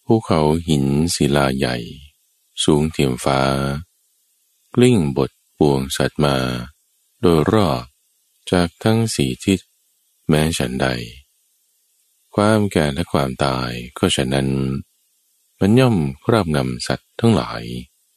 ภูเขาหินศิลาใหญ่สูงเทียมฟ้ากลิ้งบทปวงสัตว์มาโดยรอบจากทั้งสี่ทิศแม้ฉันใดความแก่และความตายก็ฉะนั้นมันย่อมครอบงำสัตว์ทั้งหลาย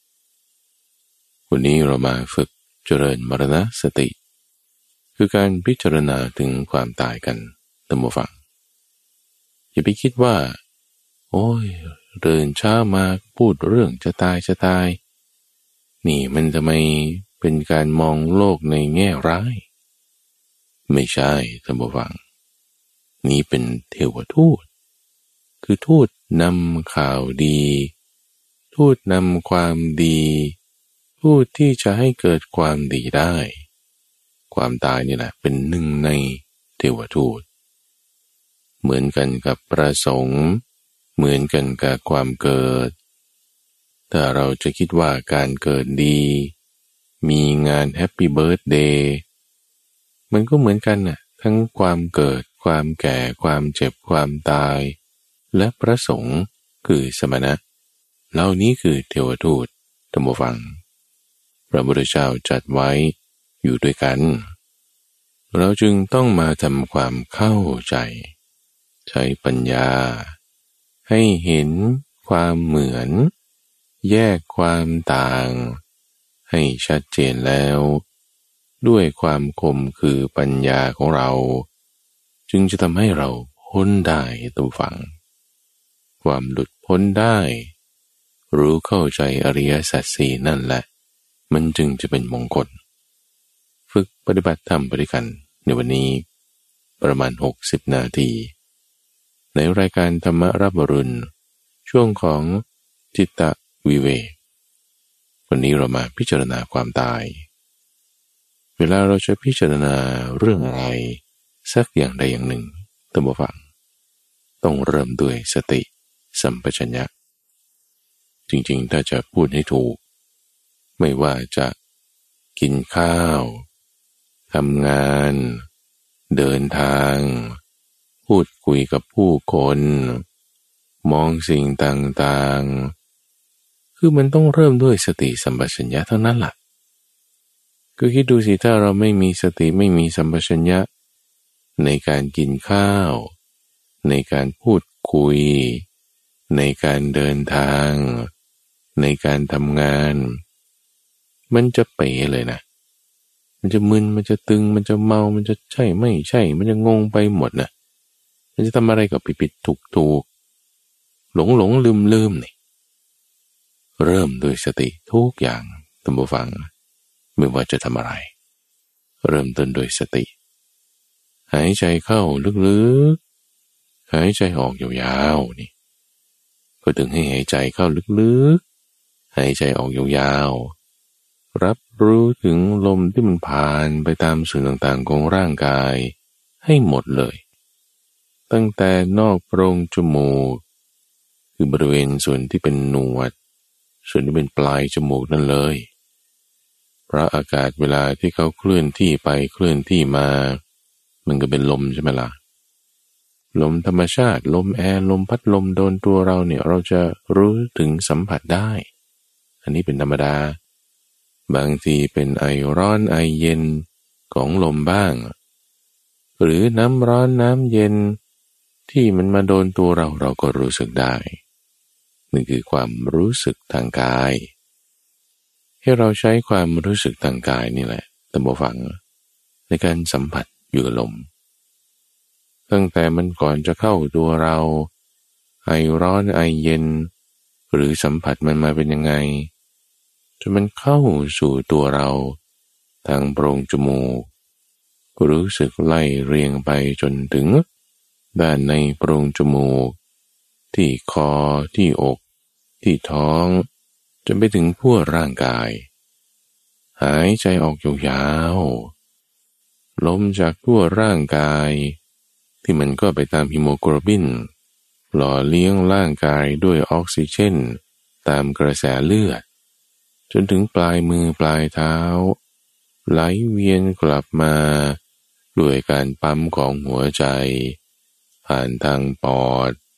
วันนี้เรามาฝึกเจริญมรณสติคือการพิจารณาถึงความตายกันท่านผู้ฟังอย่าไปคิดว่าโอ้ยเดินเช้ามาพูดเรื่องจะตายนี่มันทำไมเป็นการมองโลกในแง่ร้ายไม่ใช่ท่านผู้ฟังนี้เป็นเทวทูตคือทูตนำข่าวดีทูตนำความดีทูตที่จะให้เกิดความดีได้ความตายนี่แหละเป็นหนึ่งในเทวทูตเหมือนกันกับประสงค์เหมือนกันกับความเกิดถ้าเราจะคิดว่าการเกิดดีมีงานแฮปปี้เบิร์ธเดย์มันก็เหมือนกันน่ะทั้งความเกิดความแก่ความเจ็บความตายและประสงค์คือสมณะเหล่านี้คือเทวทูตท่านผู้ฟังพระพุทธเจ้าจัดไว้อยู่ด้วยกันเราจึงต้องมาทำความเข้าใจใช้ปัญญาให้เห็นความเหมือนแยกความต่างให้ชัดเจนแล้วด้วยความคมคือปัญญาของเราจึงจะทำให้เราพ้นได้ท่านผู้ฟังความหลุดพ้นได้รู้เข้าใจอริยสัจสี่นั่นแหละมันจึงจะเป็นมงคลฝึกปฏิบัติธรรมไปด้วยกันในวันนี้ประมาณ60 นาทีในรายการธรรมรับอรุณช่วงของจิตตวิเวกวันนี้เรามาพิจารณาความตายเวลาเราจะพิจารณาเรื่องอะไรสักอย่างใดอย่างหนึ่งท่านผู้ฟังต้องเริ่มด้วยสติสัมปชัญญะจริงๆถ้าจะพูดให้ถูกไม่ว่าจะกินข้าวทำงานเดินทางพูดคุยกับผู้คนมองสิ่งต่างๆคือมันต้องเริ่มด้วยสติสัมปชัญญะเท่านั้นล่ะคือคิดดูสิถ้าเราไม่มีสติไม่มีสัมปชัญญะในการกินข้าวในการพูดคุยในการเดินทางในการทำงานมันจะเป๋เลยนะมันจะมึนมันจะตึงมันจะเมามันจะใช่ไม่ใช่มันจะงงไปหมดนะมันจะทำอะไรกับผิดถูกหลงลืมนี่เริ่มด้วยสติทุกอย่างท่านผู้ฟังไม่ว่าจะทำอะไรเริ่มต้นโดยสติหายใจเข้าลึกๆหายใจออกยาวๆนี่ก็ถึงให้หายใจเข้าลึกๆหายใจออกยาวๆรับรู้ถึงลมที่มันผ่านไปตามส่วนต่างๆของร่างกายให้หมดเลยตั้งแต่นอกโพรงจมูกคือบริเวณส่วนที่เป็นหนวดส่วนที่เป็นปลายจมูกนั่นเลยเพราะอากาศเวลาที่เขาเคลื่อนที่ไปเคลื่อนที่มามันก็เป็นลมใช่ไหมล่ะลมธรรมชาติลมแอร์ลมพัดลมโดนตัวเราเนี่ยเราจะรู้ถึงสัมผัสได้อันนี้เป็นธรรมดาบางทีเป็นไอร้อนไอเย็นของลมบ้างหรือน้ำร้อนน้ำเย็นที่มันมาโดนตัวเราก็รู้สึกได้นี่คือความรู้สึกทางกายให้เราใช้ความรู้สึกทางกายนี่แหละท่านผู้ฟังในการสัมผัสอยู่กับลมตั้งแต่มันก่อนจะเข้าตัวเราไอร้อนไอเย็นหรือสัมผัสมันมาเป็นยังไงจนมันเข้าสู่ตัวเราทางโพรงจมูกรู้สึกไล่เรียงไปจนถึงด้านในโพรงจมูกที่คอที่อกที่ท้องจนไปถึงทั่วร่างกายหายใจออกยาวๆลมจากทั่วร่างกายที่มันก็ไปตามฮีโมโกลบินหล่อเลี้ยงร่างกายด้วยออกซิเจนตามกระแสเลือดจนถึงปลายมือปลายเท้าไหลเวียนกลับมาด้วยการปั๊มของหัวใจผ่านทางปอด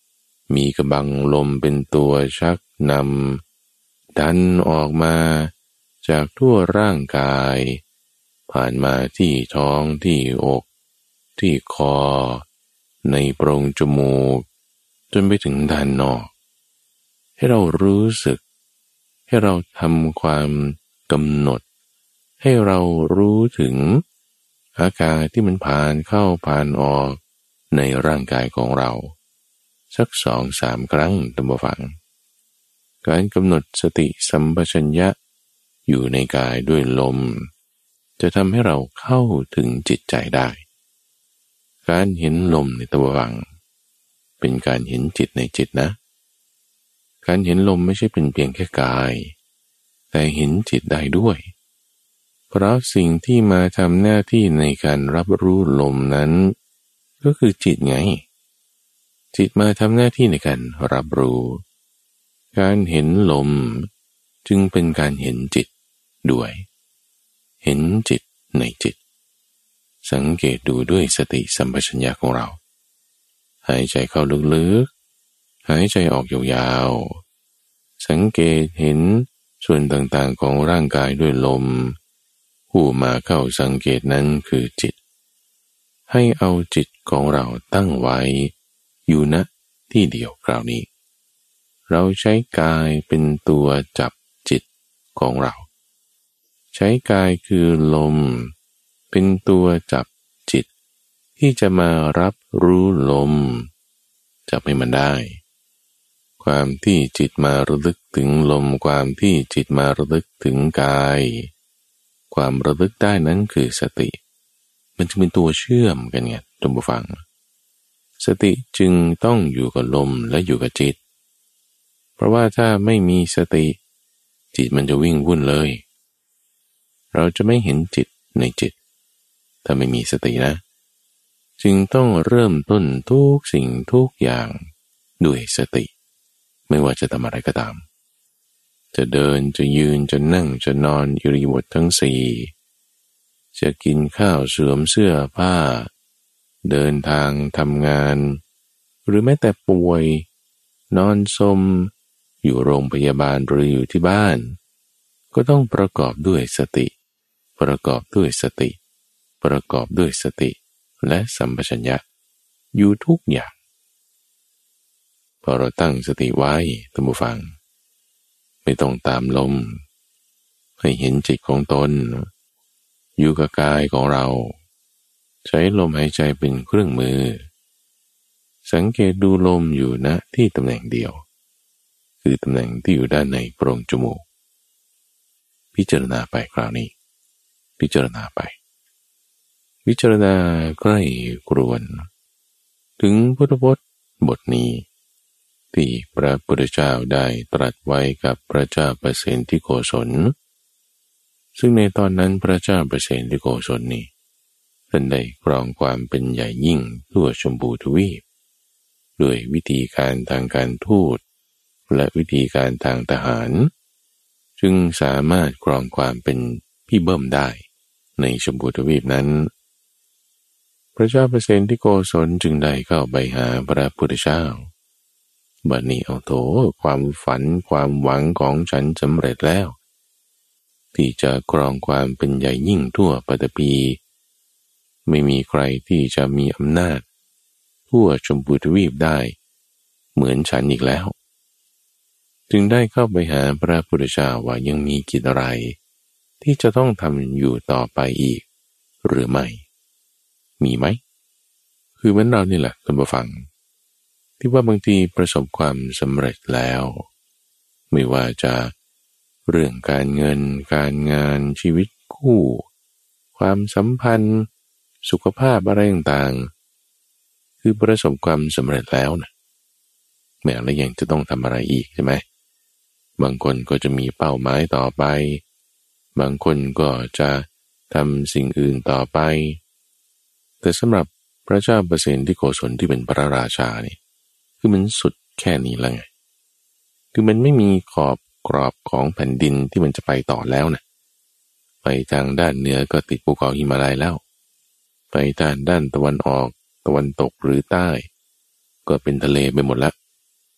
มีกระบังลมเป็นตัวชักนำดันออกมาจากทั่วร่างกายผ่านมาที่ท้องที่อกที่คอในโพรงจมูกจนไปถึงด้านนอกให้เรารู้สึกให้เราทำความกำหนดให้เรารู้ถึงอากาศที่มันผ่านเข้าผ่านออกในร่างกายของเราสัก 2-3 ครั้งท่านผู้ฟังการกำหนดสติสัมปชัญญะอยู่ในกายด้วยลมจะทำให้เราเข้าถึงจิตใจได้การเห็นลมในท่านผู้ฟังเป็นการเห็นจิตในจิตนะการเห็นลมไม่ใช่เป็นเพียงแค่กายแต่เห็นจิตได้ด้วยเพราะสิ่งที่มาทำหน้าที่ในการรับรู้ลมนั้นก็คือจิตไงจิตมาทำหน้าที่ในการรับรู้การเห็นลมจึงเป็นการเห็นจิตด้วยเห็นจิตในจิตสังเกตดูด้วยสติสัมปชัญญะของเราหายใจเข้าลึกๆหายใจออกยาวๆสังเกตเห็นส่วนต่างๆของร่างกายด้วยลมผู้มาเข้าสังเกตนั้นคือจิตให้เอาจิตของเราตั้งไว้อยู่ณที่เดียวคราวนี้เราใช้กายเป็นตัวจับจิตของเราใช้กายคือลมเป็นตัวจับจิตที่จะมารับรู้ลมจับให้มันได้ความที่จิตมาระลึกถึงลมความที่จิตมาระลึกถึงกายความระลึกได้นั้นคือสติมันจึงเป็นตัวเชื่อมกันไงท่านผู้ฟังสติจึงต้องอยู่กับลมและอยู่กับจิตเพราะว่าถ้าไม่มีสติจิตมันจะวิ่งวุ่นเลยเราจะไม่เห็นจิตในจิตถ้าไม่มีสตินะจึงต้องเริ่มต้นทุกสิ่งทุกอย่างด้วยสติไม่ว่าจะทำอะไรก็ตามจะเดินจะยืนจะนั่งจะนอนอิริยาบถทั้งสี่จะกินข้าวสวมเสื้อผ้าเดินทางทำงานหรือแม้แต่ป่วยนอนสมอยู่โรงพยาบาลหรืออยู่ที่บ้านก็ต้องประกอบด้วยสติประกอบด้วยสติประกอบด้วยสติและสัมปชัญญะอยู่ทุกอย่างพอเราตั้งสติไว้ท่านผู้ฟังไม่ต้องตามลมให้เห็นจิตของตนอยู่กับกายของเราใช้ลมหายใจเป็นเครื่องมือสังเกตดูลมอยู่ณที่ตำแหน่งเดียวคือตำแหน่งที่อยู่ด้านในโพรงจมูกพิจารณาไปคราวนี้พิจารณาไปพิจารณาใกล้กรวนถึงพุทธพจน์บทนี้ที่พระพุทธเจ้าได้ตรัสไว้กับพระเจ้าประเสนที่โกศลซึ่งในตอนนั้นพระเจ้าประเสนที่โกศลนี้ท่านได้ครองความเป็นใหญ่ยิ่งทั่วชมพูทวีปด้วยวิธีการทางการทูตและวิธีการทางทหารจึงสามารถครองความเป็นพี่เบิ้มได้ในชมพูทวีปนั้นพระเจ้าประเสนที่โกศลจึงได้เข้าไปหาพระพุทธเจ้าบัดนี้เอาโถความฝันความหวังของฉันสำเร็จแล้วที่จะครองความเป็นใหญ่ยิ่งทั่วปฐพีไม่มีใครที่จะมีอำนาจทั่วชมพูทวีปได้เหมือนฉันอีกแล้วจึงได้เข้าไปหาพระพุทธเจ้าว่ายังมีกิจอะไรที่จะต้องทำอยู่ต่อไปอีกหรือไม่มีไหมคือเหมือนเรานี่แหละท่านผู้ฟังที่ว่าบางทีประสบความสำเร็จแล้วไม่ว่าจะเรื่องการเงินการงานชีวิตคู่ความสัมพันธ์สุขภาพอะไรต่างๆคือประสบความสำเร็จแล้วนะแม้แล้วยังจะต้องทำอะไรอีกใช่ไหมบางคนก็จะมีเป้าหมายต่อไปบางคนก็จะทำสิ่งอื่นต่อไปแต่สำหรับพระเจ้าประเสนที่โกศลที่เป็นพระราชานี่คือมันสุดแค่นี้แล้วไงคือมันไม่มีขอบกรอบของแผ่นดินที่มันจะไปต่อแล้วนะไปทางด้านเหนือก็ติดภูเขาหิมาลัยแล้วไปทางด้านตะวันออกตะวันตกหรือใต้ก็เป็นทะเลไปหมดแล้ว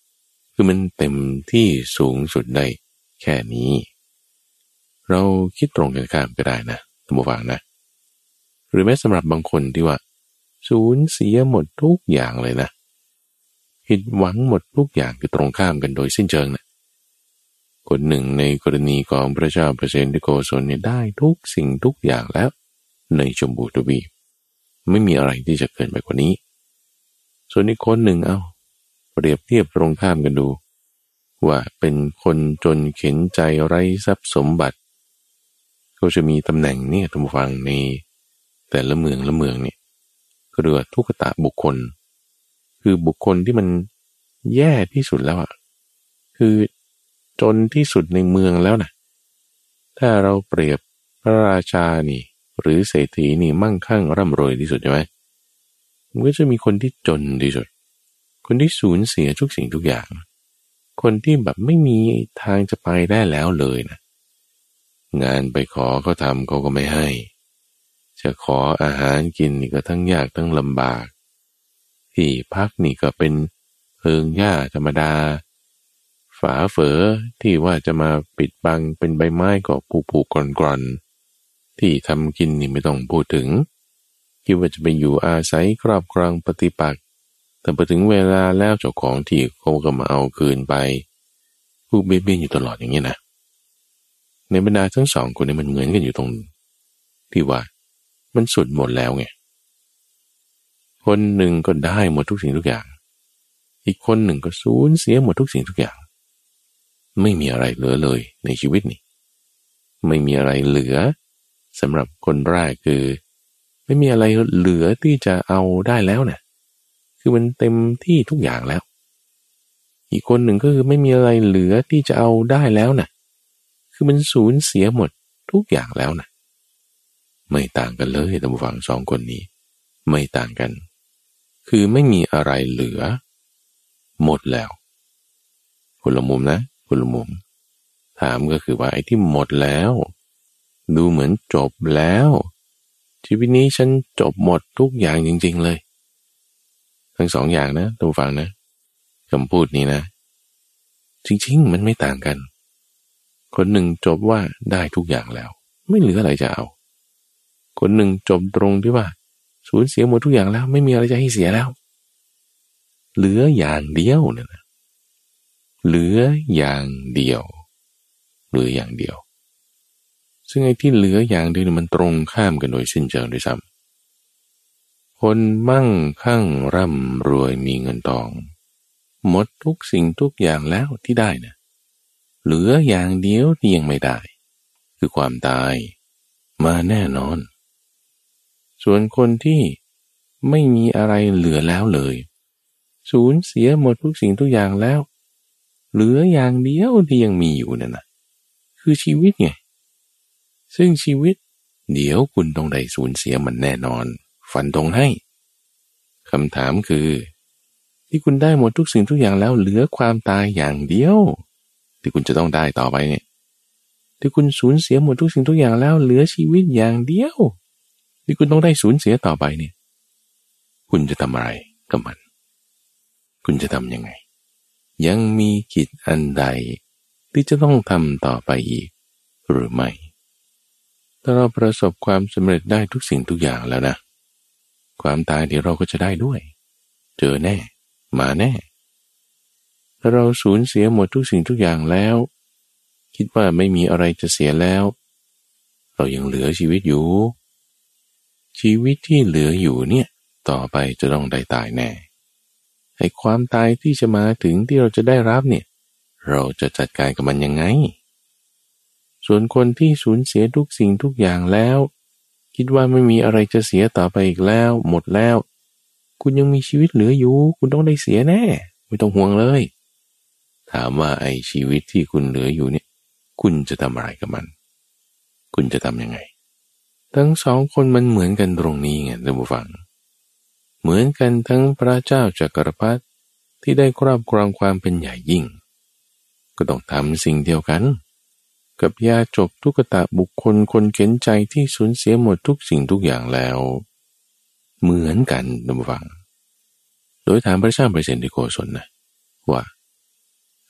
คือมันเต็มที่สูงสุดได้แค่นี้เราคิดตรงกันข้ามก็ได้นะท่านผู้ฟังนะหรือแม้สำหรับบางคนที่ว่าสูญเสียหมดทุกอย่างเลยนะผิดหวังหมดทุกอย่างคือตรงข้ามกันโดยสิ้นเชิงนะคนหนึ่งในกรณีของพระเจ้าเปรตที่โกศลเนี่ยได้ทุกสิ่งทุกอย่างแล้วในชมพูทวีปไม่มีอะไรที่จะเกินไปกว่านี้ส่วนอีกคนหนึ่งเปรียบเทียบตรงข้ามกันดูว่าเป็นคนจนเข็ญใจไร้ทรัพย์สมบัติก็จะมีตำแหน่งเนี่ยท่านผู้ฟังในแต่ละเมืองเนี่ยก็เรียกว่าทุกขตะบุคคลคือบุคคลที่มันแย่ที่สุดแล้วคือจนที่สุดในเมืองแล้วนะถ้าเราเปรียบพระราชานี่หรือเศรษฐีนี่มั่งคั่งร่ำรวยที่สุดใช่ไหมมันก็จะมีคนที่จนที่สุดคนที่สูญเสียทุกสิ่งทุกอย่างคนที่แบบไม่มีทางจะไปได้แล้วเลยนะงานไปขอเขาทำเขาก็ไม่ให้จะขออาหารกินนี่ก็ทั้งยากทั้งลำบากที่พักนี่ก็เป็นเพิงหญ้าธรรมดาฝาเฝอที่ว่าจะมาปิดบังเป็นใบไม้ก็ผุกร่อนที่ทำกินนี่ไม่ต้องพูดถึงคิดว่าจะไปอยู่อาศัยครอบครองปฏิปักษ์แต่พอถึงเวลาแล้วเจ้าของที่เขาก็มาเอาคืนไปผู้เบี้ยอยู่ตลอดอย่างนี้นะในบรรดาทั้งสองคนนี้มันเหมือนกันอยู่ตรงที่ว่ามันสุดหมดแล้วไงคนหนึ่งก็ได้หมดทุกสิ่งทุกอย่างอีกคนหนึ่งก็สูญเสียหมดทุกสิ่งทุกอย่างไม่มีอะไรเหลือเลยในชีวิตนี้ไม่มีอะไรเหลือสำหรับคนแรกคือไม่มีอะไรเหลือที่จะเอาได้แล้วนะคือมันเต็มที่ทุกอย่างแล้วอีกคนหนึ่งก็คือไม่มีอะไรเหลือที่จะเอาได้แล้วนะคือมันสูญเสียหมดทุกอย่างแล้วนะไม่ต่างกันเลยท่านผู้ฟังสองคนนี้ไม่ต่างกันคือไม่มีอะไรเหลือหมดแล้วคนละมุมนะคนละมุมถามก็คือว่าไอ้ที่หมดแล้วดูเหมือนจบแล้วชีวิตนี้ฉันจบหมดทุกอย่างจริงๆเลยทั้งสองอย่างนะท่านผู้ฟังนะคำพูดนี้นะจริงๆมันไม่ต่างกันคนหนึ่งจบว่าได้ทุกอย่างแล้วไม่เหลืออะไรจะเอาคนหนึ่งจบตรงที่ว่าสูญเสียหมดทุกอย่างแล้วไม่มีอะไรจะให้เสียแล้วเหลืออย่างเดียวนะเหลืออย่างเดียวเหลืออย่างเดียวซึ่งไอ้ที่เหลืออย่างเดียวมันตรงข้ามกันโดยสิ้นเชิงด้วยซ้ำคนมั่งคั่งร่ำรวยมีเงินทองหมดทุกสิ่งทุกอย่างแล้วที่ได้นะเหลืออย่างเดียวที่ยังไม่ได้คือความตายมาแน่นอนส่วนคนที่ไม่มีอะไรเหลือแล้วเลยสูญเสียหมดทุกสิ่งทุกอย่างแล้วเหลืออย่างเดียวที่ยังมีอยู่นั่นนะคือชีวิตไงซึ่งชีวิตเดี๋ยวคุณต้องได้สูญเสียมันแน่นอนฟันธงให้คำถามคือที่คุณได้หมดทุกสิ่งทุกอย่างแล้วเหลือความตายอย่างเดียวที่คุณจะต้องได้ต่อไปเนี่ยที่คุณสูญเสียหมดทุกสิ่งทุกอย่างแล้วเหลือชีวิตอย่างเดียวที่คุณต้องได้สูญเสียต่อไปเนี่ยคุณจะทำอะไรกับมันคุณจะทำยังไงยังมีกิจอันใดที่จะต้องทำต่อไปอีกหรือไม่ถ้าเราประสบความสำเร็จได้ทุกสิ่งทุกอย่างแล้วนะความตายเดี๋ยวเราก็จะได้ด้วยเจอแน่มาแน่ถ้าเราสูญเสียหมดทุกสิ่งทุกอย่างแล้วคิดว่าไม่มีอะไรจะเสียแล้วเรายังเหลือชีวิตอยู่ชีวิตที่เหลืออยู่เนี่ยต่อไปจะต้องได้ตายแน่ไอ้ความตายที่จะมาถึงที่เราจะได้รับเนี่ยเราจะจัดการกับมันยังไงส่วนคนที่สูญเสียทุกสิ่งทุกอย่างแล้วคิดว่าไม่มีอะไรจะเสียต่อไปอีกแล้วหมดแล้วคุณยังมีชีวิตเหลืออยู่คุณต้องได้เสียแน่ไม่ต้องห่วงเลยถามว่าไอ้ชีวิตที่คุณเหลืออยู่เนี่ยคุณจะทำอะไรกับมันคุณจะทำยังไงทั้งสองคนมันเหมือนกันตรงนี้ไงท่านผู้ฟังเหมือนกันทั้งพระเจ้าจักรพรรดิที่ได้ครอบครองความเป็นใหญ่ยิ่งก็ต้องทำสิ่งเดียวกันกับยาจกทุกตะบุคคลคนเข็นใจที่สูญเสียหมดทุกสิ่งทุกอย่างแล้วเหมือนกันท่านผู้ฟังโดยถามพระเจ้าเปรตที่โกศลนะว่า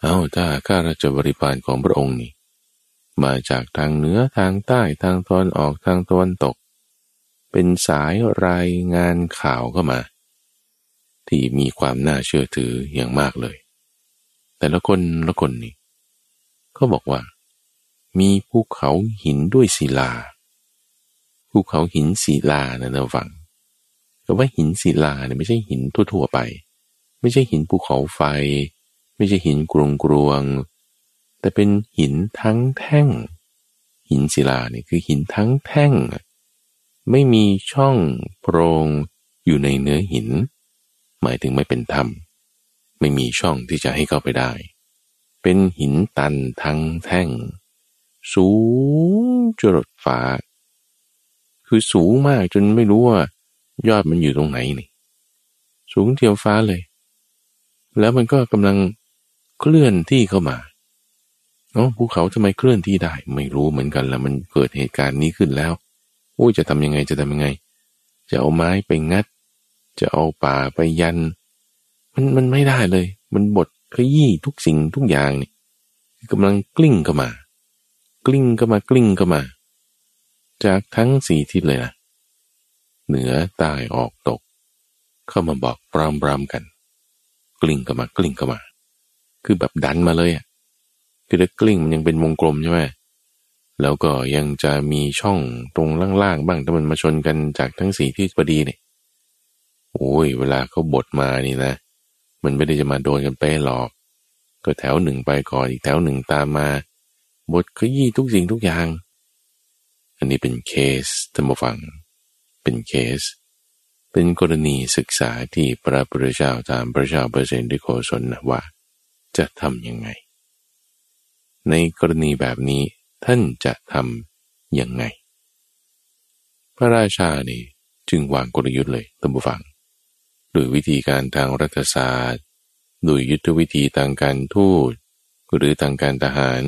ถ้าข้าราชบริพารของพระองค์นี่มาจากทางเหนือทางใต้ทางตะวันออกทางตะวันตกเป็นสายรายงานข่าวเข้ามาที่มีความน่าเชื่อถืออย่างมากเลยแต่ละคนนี่เขาบอกว่ามีภูเขาหินด้วยศิลาภูเขาหินศิลานะเราฟังแต่ว่าหินศิลาเนี่ยไม่ใช่หินทั่วๆไปไม่ใช่หินภูเขาไฟไม่ใช่หินกรวงแต่เป็นหินทั้งแท่งหินศิลาเนี่ยคือหินทั้งแท่งไม่มีช่องโพรงอยู่ในเนื้อหินหมายถึงไม่เป็นถ้ำไม่มีช่องที่จะให้เข้าไปได้เป็นหินตันทั้งแท่งสูงจรดฟ้าคือสูงมากจนไม่รู้ว่ายอดมันอยู่ตรงไหนนี่สูงเทียมฟ้าเลยแล้วมันก็กำลังเคลื่อนที่เข้ามาภูเขาทำไมเคลื่อนที่ได้ไม่รู้เหมือนกันแล้วมันเกิดเหตุการณ์นี้ขึ้นแล้วจะทำยังไงจะเอาไม้ไปงัดจะเอาป่าไปยันมันไม่ได้เลยมันบดขยี้ทุกสิ่งทุกอย่างนี่กำลังกลิ้งเข้ามากลิ้งเข้ามาจากทั้ง4ทิศเลยนะเหนือใต้ออกตกเข้ามาบอกปรามกันกลิ้งเข้ามาคือแบบดันมาเลยคือถ้ากลิ้งมันยังเป็นวงกลมใช่ไหมแล้วก็ยังจะมีช่องตรงล่างๆบ้างถ้ามันมาชนกันจากทั้ง4ทิศพอดีเนี่ยเวลาเขาบดมานี่นะมันไม่ได้จะมาโดนกันไปหรอกก็แถวหนึ่งไปก่อนอีกแถวหนึ่งตามมาบดขยี้ทุกสิ่งทุกอย่างอันนี้เป็นเคสท่านผู้ฟังเป็นเคสเป็นกรณีศึกษาที่พระพุทธเจ้าตามพระเจ้าเปอร์เซนต์ดิโกศลนะว่าจะทำยังไงในกรณีแบบนี้ท่านจะทำยังไงพระราชานี่จึงวางกลยุทธ์เลยท่านผู้ฟังโดยวิธีการทางรัฐศาสตร์โดยยุทธวิธีทางการทูตหรือทางการทหาร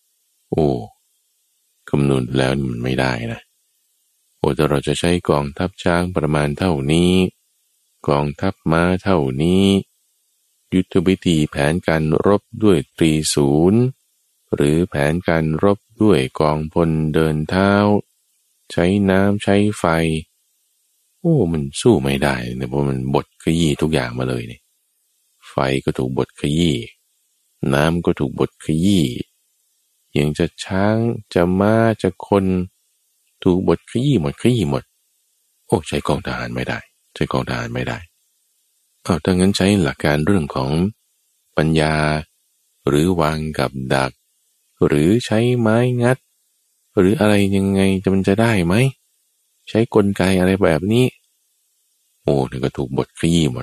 คำนวณแล้วมันไม่ได้นะแต่เราจะใช้กองทัพช้างประมาณเท่านี้กองทัพม้าเท่านี้ยุทธวิธีแผนการรบด้วยตรีศูนย์หรือแผนการรบด้วยกองพลเดินเท้าใช้น้ำใช้ไฟมันสู้ไม่ได้เนี่ยเพราะมันบดขยี้ทุกอย่างมาเลยเนี่ยไฟก็ถูกบดขยี้น้ำก็ถูกบดขยี้ยังจะช้างจะม้าจะคนถูกบดขยี้หมดใช้กองทหารไม่ได้ถ้างั้นใช้หลักการเรื่องของปัญญาหรือวางกับดักหรือใช้ไม้งัดหรืออะไรยังไงมันจะได้ไหมใช้กลไกอะไรแบบนี้นี่ก็ถูกบดขยี้หมด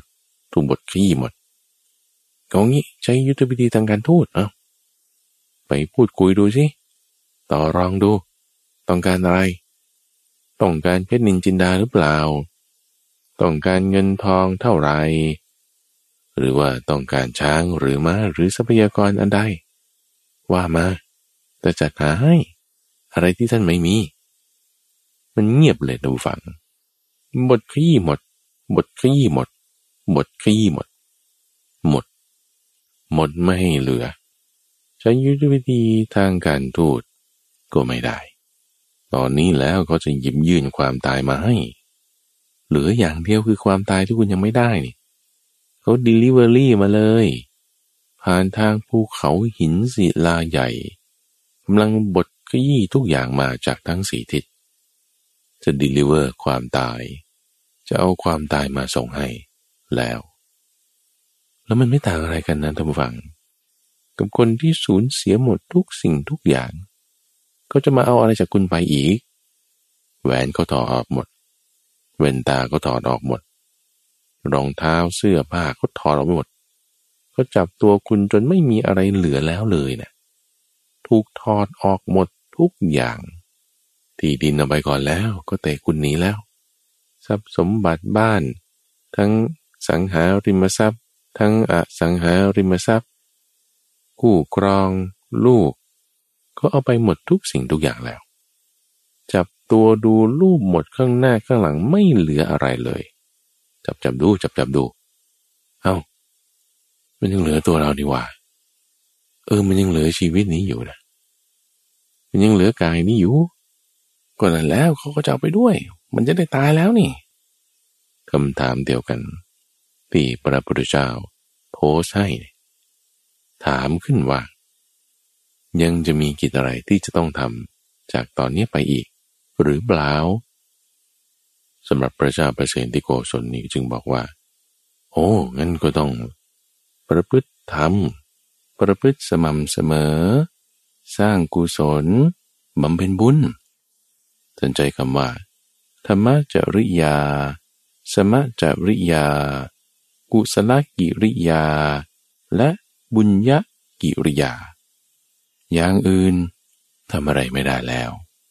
เอางี้ใช้ยุทธวิธีทางการทูตไปพูดคุยดูสิต่อรองดูต้องการอะไรต้องการเพชรนินจินดาหรือเปล่าต้องการเงินทองเท่าไหร่หรือว่าต้องการช้างหรือม้าหรือทรัพยากรอันใดว่ามาแต่จัดหาให้อะไรที่ท่านไม่มีมันเงียบเลยดูฟังบดขยี้หมดไม่ให้เหลือใช้ยุทธวิธีทางการทูตก็ไม่ได้ตอนนี้แล้วเขาจะหยิบยื่นความตายมาให้เหลืออย่างเดียวคือความตายที่คุณยังไม่ได้นี่เขา delivery มาเลยผ่านทางภูเขาหินศิลาใหญ่กำลังบดขยี้ทุกอย่างมาจากทั้ง4ทิศจะ deliver ความตายจะเอาความตายมาส่งให้แล้วมันไม่ต่างอะไรกันนะท่านผู้ฟังกับคนที่สูญเสียหมดทุกสิ่งทุกอย่างเขาจะมาเอาอะไรจากคุณไปอีกแหวนเขาถอดออกหมดแว่นตาเขาถอดออกหมดรองเท้าเสื้อผ้าเขาถอดออกหมดเขาจับตัวคุณจนไม่มีอะไรเหลือแล้วเลยนะถูกถอดออกหมดทุกอย่างที่ดินเอาไปก่อนแล้วก็เตะคุณหนีแล้วทรัพย์สมบัติบ้านทั้งสังหาริมทรัพย์ทั้งอสังหาริมทรัพย์คู่ครองลูกก็เอาไปหมดทุกสิ่งทุกอย่างแล้วจับตัวดูรูปหมดข้างหน้าข้างหลังไม่เหลืออะไรเลยจับดูมันยังเหลือตัวเราดีว่ามันยังเหลือชีวิตนี้อยู่นะมันยังเหลือกายนี้อยู่ก็นั่นแล้วเขาก็จะเอาไปด้วยมันจะได้ตายแล้วนี่คำถามเดียวกันที่พระพุทธเจ้าโพสต์ให้ถามขึ้นว่ายังจะมีกิจอะไรที่จะต้องทำจากตอนนี้ไปอีกหรือเปล่าสำหรับพระเจ้าประเสนที่โกศลนี้จึงบอกว่าโอ้งั้นก็ต้องประพฤติธรรมประพฤติสม่ำเสมอสร้างกุศลบำเพ็ญบุญสนใจคำว่าธรรมจริยาสมจริยากุศลกิริยาและบุญญกิริยาอย่างอื่นทำอะไรไม่ได้แล้ว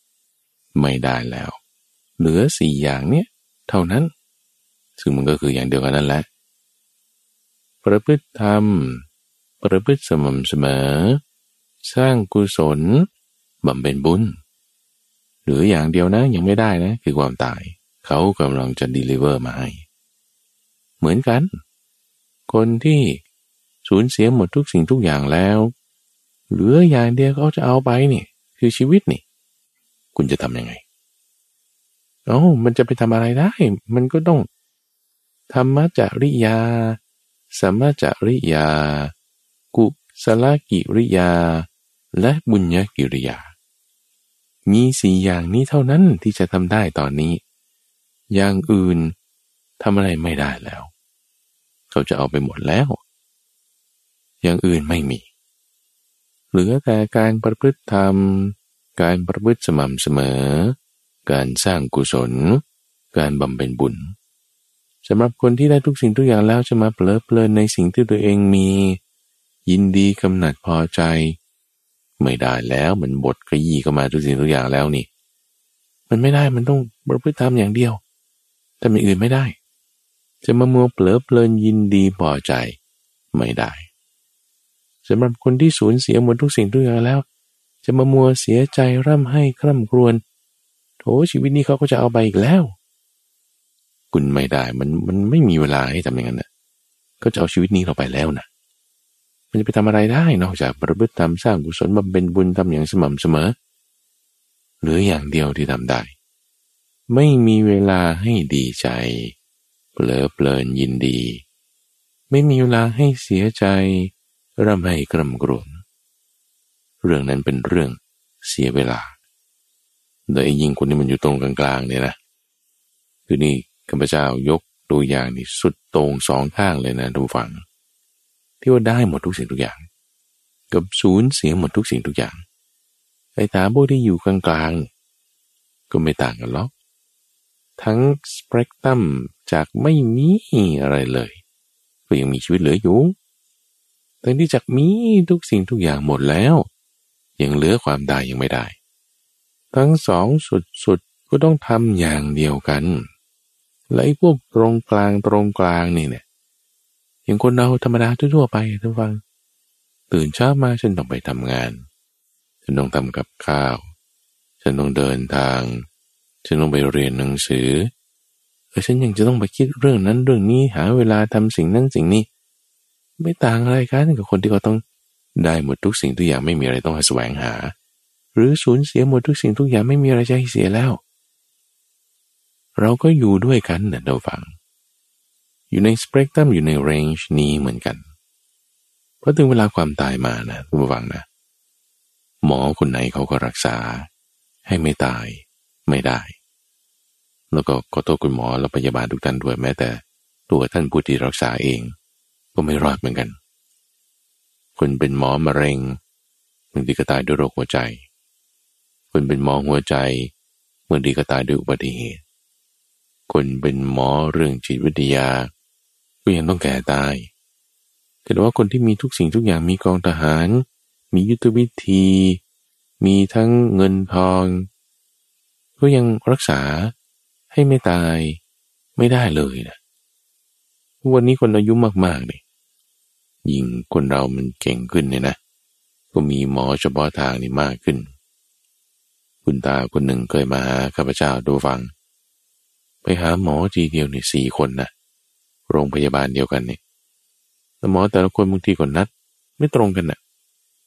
เหลือ4อย่างเนี้ยเท่านั้นซึ่งมันก็คืออย่างเดียวกันนั่นแหละประพฤติธรรมประพฤติสม่ำเสมอสร้างกุศลบำเพ็ญบุญหรืออย่างเดียวนะยังไม่ได้นะคือความตายเขากำลังจะดีลิเวอร์มาให้เหมือนกันคนที่สูญเสียหมดทุกสิ่งทุกอย่างแล้วเหลืออย่างเดียวเขาจะเอาไปนี่คือชีวิตนี่คุณจะทำยังไงมันจะไปทำอะไรได้มันก็ต้องธรรมจริยาสัมมาจริยากุศลกิริยาและบุญญกิริยามี4อย่างนี้เท่านั้นที่จะทำได้ตอนนี้อย่างอื่นทำอะไรไม่ได้แล้วเขาจะเอาไปหมดแล้วอย่างอื่นไม่มีเหลือแต่การประพฤติธรรมการประพฤติสม่ำเสมอการสร้างกุศลการบำเพ็ญบุญสำหรับคนที่ได้ทุกสิ่งทุกอย่างแล้วจะมาเพลิดเพลินในสิ่งที่ตัวเองมียินดีกำหนัดพอใจไม่ได้แล้วมันบดขยี้เข้ามาทุกสิ่งทุกอย่างแล้วนี่มันไม่ได้มันต้องประพฤติธรรมอย่างเดียวแต่ไม่อื่นไม่ได้จะมามัวเพลิดเพลินยินดีพอใจไม่ได้สำหรับคนที่สูญเสียหมดทุกสิ่งทุกอย่างแล้วจะมามัวเสียใจร่ำไห้คร่ำครวญโถชีวิตนี้เขาก็จะเอาไปอีกแล้วคุณไม่ได้มันไม่มีเวลาให้ทำอย่างนั้นนะก็จะเอาชีวิตนี้เราไปแล้วนะมันจะไปทำอะไรได้นอกจากประพฤติธรรมสร้างกุศลบำเพ็ญบุญทำอย่างสม่ำเสมอหรืออย่างเดียวที่ทำได้ไม่มีเวลาให้ดีใจเพลิดเพลินยินดีไม่มีเวลาให้เสียใจร่ำไห้คร่ำครวญเรื่องนั้นเป็นเรื่องเสียเวลาโดยยิ่งคนที่มันอยู่ตรงกลางๆเนี่ยนะคือนี่ข้าพเจ้ายกตัวอย่างนี่สุดตรง2ข้างเลยนะทุกฝั่งที่ว่าได้หมดทุกสิ่งทุกอย่างกับสูญเสียหมดทุกสิ่งทุกอย่างไอ้ถามพวกที่อยู่กลางๆก็ไม่ต่างกันหรอกทั้งสเปกตรัมจากไม่มีอะไรเลยก็ยังมีชีวิตเหลืออยู่แต่ที่จากมีทุกสิ่งทุกอย่างหมดแล้วยังเหลือความตายยังไม่ได้ทั้งสองสุดก็ต้องทำอย่างเดียวกันและไอ้พวกตรงกลางนี่เนี่ยอย่างคนเราธรรมดาทั่วไปทุกฟังตื่นเช้ามาฉันต้องไปทำงานฉันต้องทำกับข้าวฉันต้องเดินทางฉันต้องไปเรียนหนังสือฉันยังจะต้องไปคิดเรื่องนั้นเรื่องนี้หาเวลาทำสิ่งนั้นสิ่งนี้ไม่ต่างอะไรกันกับคนที่เขาต้องได้หมดทุกสิ่งทุกอย่างไม่มีอะไรต้องแสวงหาหรือสูญเสียหมดทุกสิ่งทุกอย่างไม่มีอะไรจะให้เสียแล้วเราก็อยู่ด้วยกันนะเราฟังอยู่ในสเปกตรัมอยู่ในเรนจ์นี้เหมือนกันเพราะถึงเวลาความตายมานะทุกฟังนะหมอคนไหนเขาก็รักษาให้ไม่ตายไม่ได้แล้วก็ขอโทษคุณหมอและพยาบาลทุกท่านด้วยแม้แต่ตัวท่านผู้ที่รักษาเองก็ไม่รอดเหมือนกันคนเป็นหมอมะเร็งบางทีก็ตายด้วยโรคหัวใจคนเป็นหมอหัวใจบางทีก็ตายด้วยอุบัติเหตุคนเป็นหมอเรื่องจิตวิทยาก็ยังต้องแก่ตายแต่ว่าคนที่มีทุกสิ่งทุกอย่างมีกองทหารมียุทธวิธีมีทั้งเงินทองก็ยังรักษาให้ไม่ตายไม่ได้เลยนะวันนี้คนอายุมากๆเนี่ยยิ่งคนเรามันเก่งขึ้นเนี่ยนะก็มีหมอเฉพาะทางนี่มากขึ้นคุณตาคนหนึ่งเคยมาหาข้าพเจ้าดูฟังไปหาหมอทีเดียวนี่4 คนนะโรงพยาบาลเดียวกันเนี่ยแต่หมอแต่ละคนบางทีก็นัดไม่ตรงกันนะ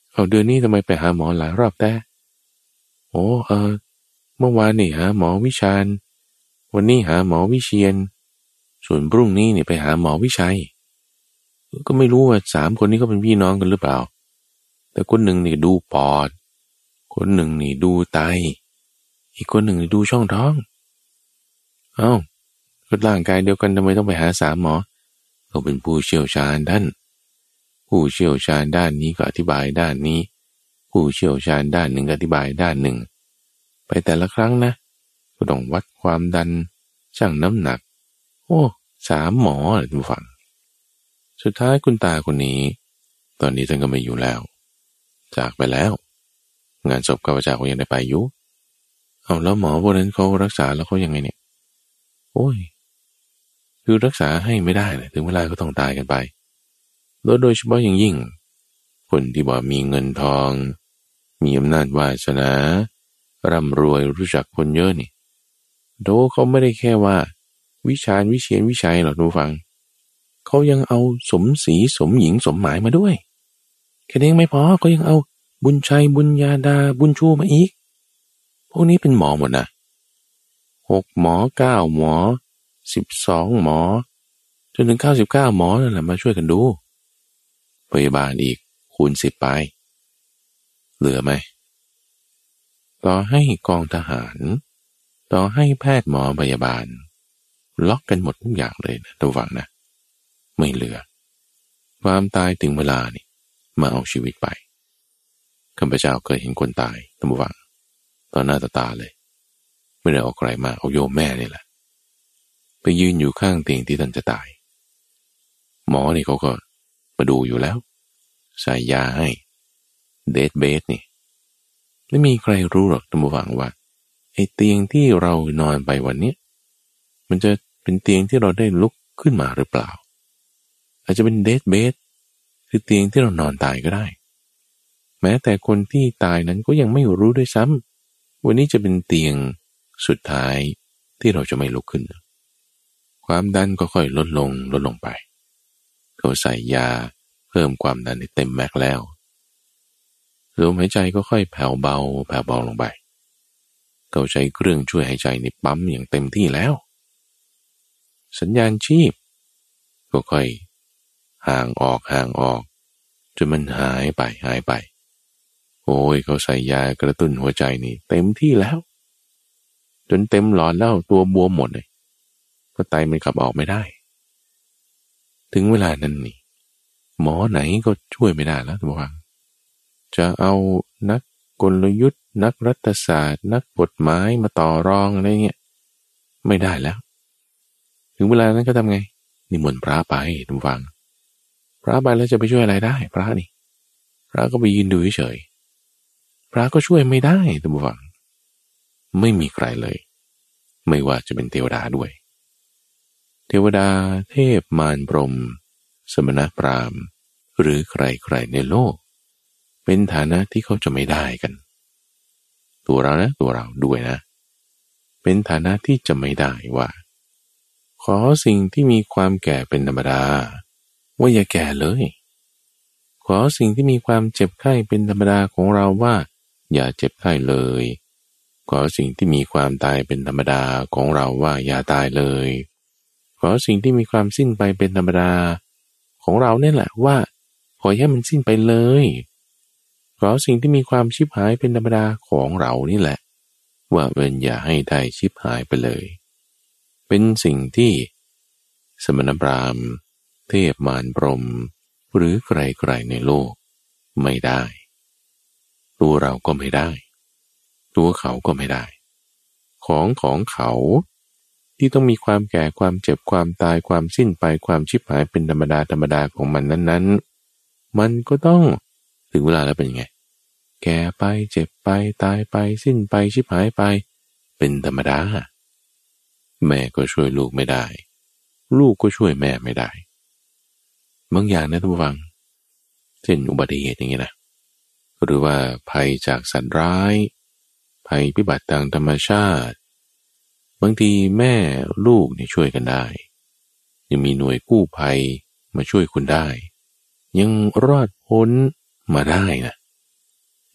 เอาเดือนนี้ทำไมไปหาหมอหลายรอบแต่โอ้เมื่อวานนี่หาหมอวิชาญวันนี้หาหมอวิเชียรส่วนพรุ่งนี้เนี่ยไปหาหมอวิชัยก็ไม่รู้ว่า3 คนนี้ก็เป็นพี่น้องกันหรือเปล่าแต่คนหนึ่งนี่ดูปอดคนหนึ่งนี่ดูไตอีกคนหนึ่งนี่ดูช่องท้องเอ้าก็ร่างกายเดียวกันทำไมต้องไปหา3 หมอเขาเป็นผู้เชี่ยวชาญท่านผู้เชี่ยวชาญด้านนี้ก็อธิบายด้านนี้ผู้เชี่ยวชาญด้านหนึ่งก็อธิบายด้านหนึ่งไปแต่ละครั้งนะก็ต้องวัดความดันชั่งน้ำหนักโอ้3 หมอเลยทุกฝั่งสุดท้ายคุณตาคนนี้ตอนนี้ท่านก็ไม่อยู่แล้วจากไปแล้วงานศพข้าพเจ้าก็ยังได้ไปอยู่เอาแล้วหมอพวกนั้นเขารักษาแล้วเขายังไงเนี่ยโอ้ยคือรักษาให้ไม่ได้เลยถึงเวลาก็ต้องตายกันไปแล้วโดยเฉพาะอย่างยิ่งคนที่บอกมีเงินทองมีอำนาจวาสนาร่ำรวยรู้จักคนเยอะนี่โดเขาไม่ได้แค่ว่าวิชาญวิเชียรวิชัยหรอกทุกฟังเขายังเอาสมศรีสมหญิงสมหมายมาด้วยแค่นี้ไม่พอเขายังเอาบุญชัยบุญญาดาบุญชูมาอีกพวกนี้เป็นหมอหมดนะ6 หมอ9 หมอ12 หมอจนถึง99 หมอนั่นแหละมาช่วยกันดูพยาบาลอีกคูณ10ไปเหลือไหมต่อให้กองทหารต่อให้แพทย์หมอพยาบาลล็อกกันหมดทุกอย่างเลยนะระวังนะไม่เหลือความตายถึงเวลานี่มาเอาชีวิตไปข้าพเจ้าเคยเห็นคนตายระวังต่อหน้าต่อตาเลยไม่ได้เอาใครมาเอาโยมแม่นี่แหละไปยืนอยู่ข้างเตียงที่ท่านจะตายหมอนี่เขาก็มาดูอยู่แล้วใส่ยาให้เดทเบสนี่ไม่มีใครรู้หรอกท่านผู้ฟังว่าไอ้เตียงที่เรานอนไปวันนี้มันจะเป็นเตียงที่เราได้ลุกขึ้นมาหรือเปล่าอาจจะเป็นเดทเบสคือเตียงที่เรานอนตายก็ได้แม้แต่คนที่ตายนั้นก็ยังไม่รู้ด้วยซ้ำวันนี้จะเป็นเตียงสุดท้ายที่เราจะไม่ลุกขึ้นความดันก็ค่อยลดลงไปเขาใส่ยาเพิ่มความดันให้เต็มแม็กแล้วลมหายใจก็ค่อยแผ่วเบาลงไปเขาใช้เครื่องช่วยหายใจในปั๊มอย่างเต็มที่แล้วสัญญาณชีพก็ค่อยห่างออกจนมันหายไปโอ้ยเขาใส่ยากระตุ้นหัวใจนี่เต็มที่แล้วจนเต็มหลอดแล้วตัวบวมหมดเลยเพราะไตมันขับออกไม่ได้ถึงเวลานั้นนี่หมอไหนก็ช่วยไม่ได้แล้วทุกคนจะเอานักกลยุทธ์นักรัฐศาสตร์นักกฎหมายมาต่อรองอะไรเงี้ยไม่ได้แล้วถึงเวลานั้นก็ทำไงนิมนต์พระไปทุกฟังพระไปแล้วจะไปช่วยอะไรได้พระนี่พระก็ไปยืนดูเฉยพระก็ช่วยไม่ได้ทุกฟังไม่มีใครเลยไม่ว่าจะเป็นเทวดาด้วยเทวดาเทพมารพรหมสมณพราหมณ์หรือใครในโลกเป็นฐานะที่เขาจะไม่ได้กันตัวเราด้วยนะเป็นฐานะที่จะไม่ได้ว่าขอสิ่งที่มีความแก่เป็นธรรมดาว่าอย่าแก่เลยขอสิ่งที่มีความเจ็บไข้เป็นธรรมดาของเราว่าอย่าเจ็บไข้เลยขอสิ่งที่มีความตายเป็นธรรมดาของเราว่าอย่าตายเลยขอสิ่งที่มีความสิ้นไปเป็นธรรมดาของเราเนี่ยแหละว่าขอให้มันสิ้นไปเลยขอสิ่งที่มีความชิบหายเป็นธรรมดาของเรานี่แหละว่าเป็นอย่าให้ได้ชิบหายไปเลยเป็นสิ่งที่สมณพราหมณ์เทพมารพรหมหรือใครในโลกไม่ได้ตัวเราก็ไม่ได้ตัวเขาก็ไม่ได้ของเขาที่ต้องมีความแก่ความเจ็บความตายความสิ้นไปความชิบหายเป็นธรรมดาของมันนั้นมันก็ต้องถึงเวลาแล้วเป็นไงแก่ไปเจ็บไปตายไปสิ้นไปชิบหายไปเป็นธรรมดาแม่ก็ช่วยลูกไม่ได้ลูกก็ช่วยแม่ไม่ได้บางอย่างนะทุกฟังเช่นอุบัติเหตุอย่างนี้นะหรือว่าภัยจากสัตว์ร้ายภัยพิบัติทางธรรมชาติบางทีแม่ลูกเนี่ยช่วยกันได้ยังมีหน่วยกู้ภัยมาช่วยคุณได้ยังรอดพ้นมาได้นะ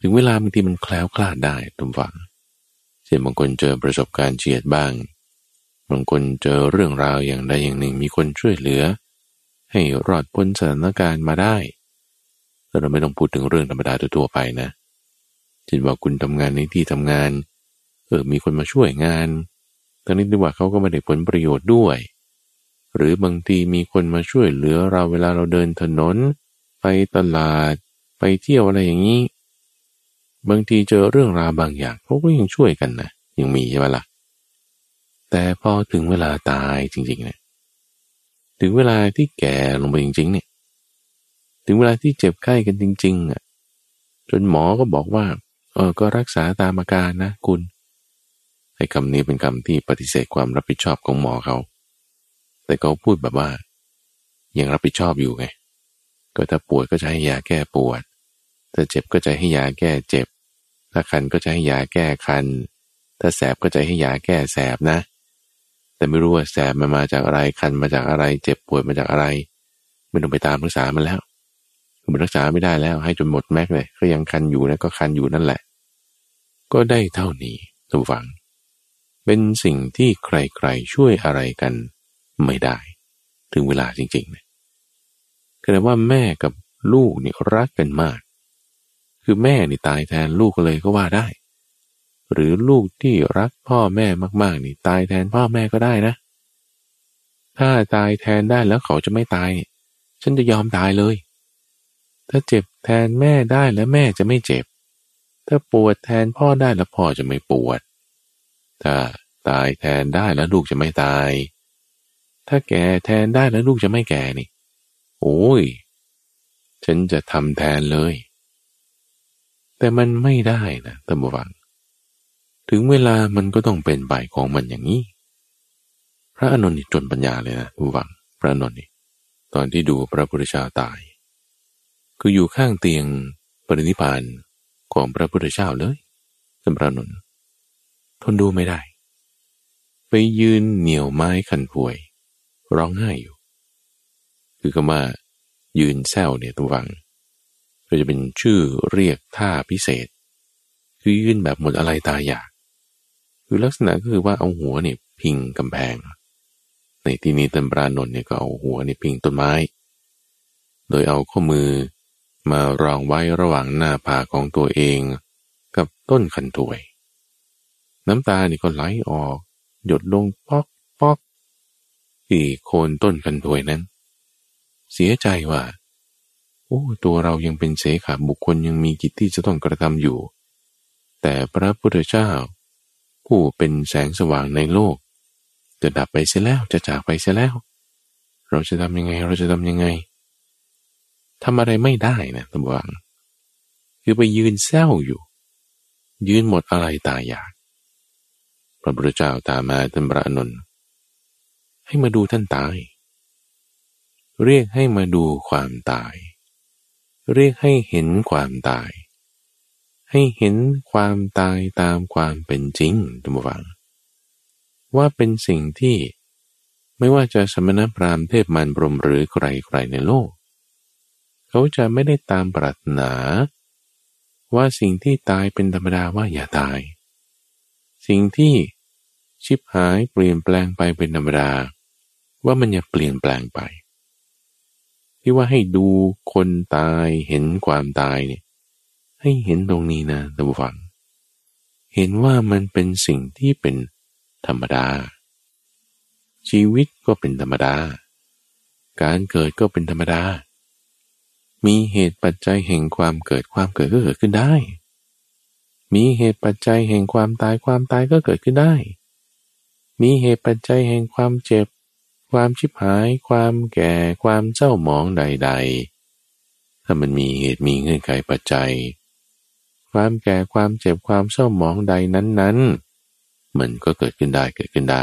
ถึงเวลาบางทีมันแคล้วคลาดได้ทุกฝังเช่นบางคนเจอประสบการณ์เฉียดบ้างบางคนเจอเรื่องราวอย่างใดอย่างหนึ่งมีคนช่วยเหลือให้รอดพ้นสถานการณ์มาได้แต่เราไม่ต้องพูดถึงเรื่องธรรมดาทั่วไปนะเช่นว่าคุณทำงานในที่ทำงานมีคนมาช่วยงานตอนนี้ดีว่าเขาก็ไม่ได้ผลประโยชน์ด้วยหรือบางทีมีคนมาช่วยเหลือเราเวลาเราเดินถนนไปตลาดไปเที่ยวอะไรอย่างนี้บางทีเจอเรื่องราวบางอย่างเขาก็ยังช่วยกันนะยังมีใช่ไหมล่ะแต่พอถึงเวลาตายจริงๆเนี่ยถึงเวลาที่แก่ลงไปจริงๆเนี่ยถึงเวลาที่เจ็บไข้กันจริงๆอ่ะจนหมอก็บอกว่าก็รักษาตามอาการนะคุณไอ้คำนี้เป็นคำที่ปฏิเสธความรับผิดชอบของหมอเขาแต่เขาพูดแบบว่ายังรับผิดชอบอยู่ไงก็ถ้าปวดก็จะให้ยาแก้ปวดถ้าเจ็บก็จะให้ยาแก้เจ็บถ้าคันก็จะให้ยาแก้คันถ้าแสบก็จะให้ยาแก้แสบนะแต่ไม่รู้ว่าแสบมันมาจากอะไรคันมาจากอะไรเจ็บปวดมาจากอะไรไม่ต้องไปตามรักษามันแล้วมันรักษาไม่ได้แล้วให้จนหมดแม็กเลยก็ยังคันอยู่นะก็คันอยู่นั่นแหละก็ได้เท่านี้ทุกฝังเป็นสิ่งที่ใครๆช่วยอะไรกันไม่ได้ถึงเวลาจริงๆเนี่ยคือว่าแม่กับลูกนี่รักกันมากคือแม่นี่ตายแทนลูกเลยก็ว่าได้หรือลูกที่รักพ่อแม่มากๆนี่ตายแทนพ่อแม่ก็ได้นะถ้าตายแทนได้แล้วเขาจะไม่ตายฉันจะยอมตายเลยถ้าเจ็บแทนแม่ได้แล้วแม่จะไม่เจ็บถ้าปวดแทนพ่อได้แล้วพ่อจะไม่ปวดถ้าตายแทนได้แล้วลูกจะไม่ตายถ้าแก่แทนได้แล้วลูกจะไม่แก่นี่โอ้ยฉันจะทำแทนเลยแต่มันไม่ได้นะท่านผู้ฟังถึงเวลามันก็ต้องเป็นไปของมันอย่างนี้พระอานนท์นี่จนปัญญาเลยนะผู้ฟังพระอานนท์นี่ตอนที่ดูพระพุทธเจ้าตายคืออยู่ข้างเตียงปรินิพพานของพระพุทธเจ้าเลยท่านพระอานนท์ทนดูไม่ได้ไปยืนเหนี่ยวไม้คันพวยร้องไห้อยู่คือคำว่ายืนแซวเนี่ยทุกฝังก็จะเป็นชื่อเรียกท่าพิเศษคือยืนแบบหมดอะไรตายอยากคือลักษณะก็คือว่าเอาหัวเนี่ยพิงกำแพงในที่นี้ท่านพระอานนท์เนี่ยก็เอาหัวเนี่ยพิงต้นไม้โดยเอาข้อมือมารองไว้ระหว่างหน้าผากของตัวเองกับต้นคันถวยน้ำตานี่ก็ไหลออกหยดลงป๊อกป๊อกที่โคนต้นคันถวยนั้นเสียใจว่าโอ้ตัวเรายังเป็นเสขบุคคลยังมีกิจที่จะต้องกระทำอยู่แต่พระพุทธเจ้าผู้เป็นแสงสว่างในโลกจะดับไปเสียแล้วจะจากไปเสียแล้วเราจะทำยังไงทำอะไรไม่ได้นะท่านผู้ฟังคือไปยืนแซวอยู่ยืนหมดอะไรตายอยากพระพุทธเจ้าตามมาท่านพระอานนท์ให้มาดูท่านตายเรียกให้มาดูความตายเรียกให้เห็นความตายให้เห็นความตายตามความเป็นจริงท่านผู้ฟังว่าเป็นสิ่งที่ไม่ว่าจะสมณพราหมณ์เทพมารพรหมหรือใครๆในโลกเขาจะไม่ได้ตามปรารถนาว่าสิ่งที่ตายเป็นธรรมดาว่าอย่าตายสิ่งที่ชิบหายเปลี่ยนแปลงไปเป็นธรรมดาว่ามันอย่าเปลี่ยนแปลงไปที่ว่าให้ดูคนตายเห็นความตายเนี่ยให้เห็นตรงนี้นะท่านผู้ฟังเห็นว่ามันเป็นสิ่งที่เป็นธรรมดาชีวิตก็เป็นธรรมดาการเกิดก็เป็นธรรมดามีเหตุปัจจัยแห่งความเกิดก็เกิดขึ้นได้มีเหตุปัจจัยแห่งความตายก็เกิดขึ้นได้มีเหตุปัจจัยแห่งความเจ็บความชิบหายความแก่ความเศร้าหมองใดๆถ้ามันมีเหตุมีเงื่อนไขปัจจัยความแก่ความเจ็บความเศร้าหมองใดนั้นๆมันก็เกิดขึ้นได้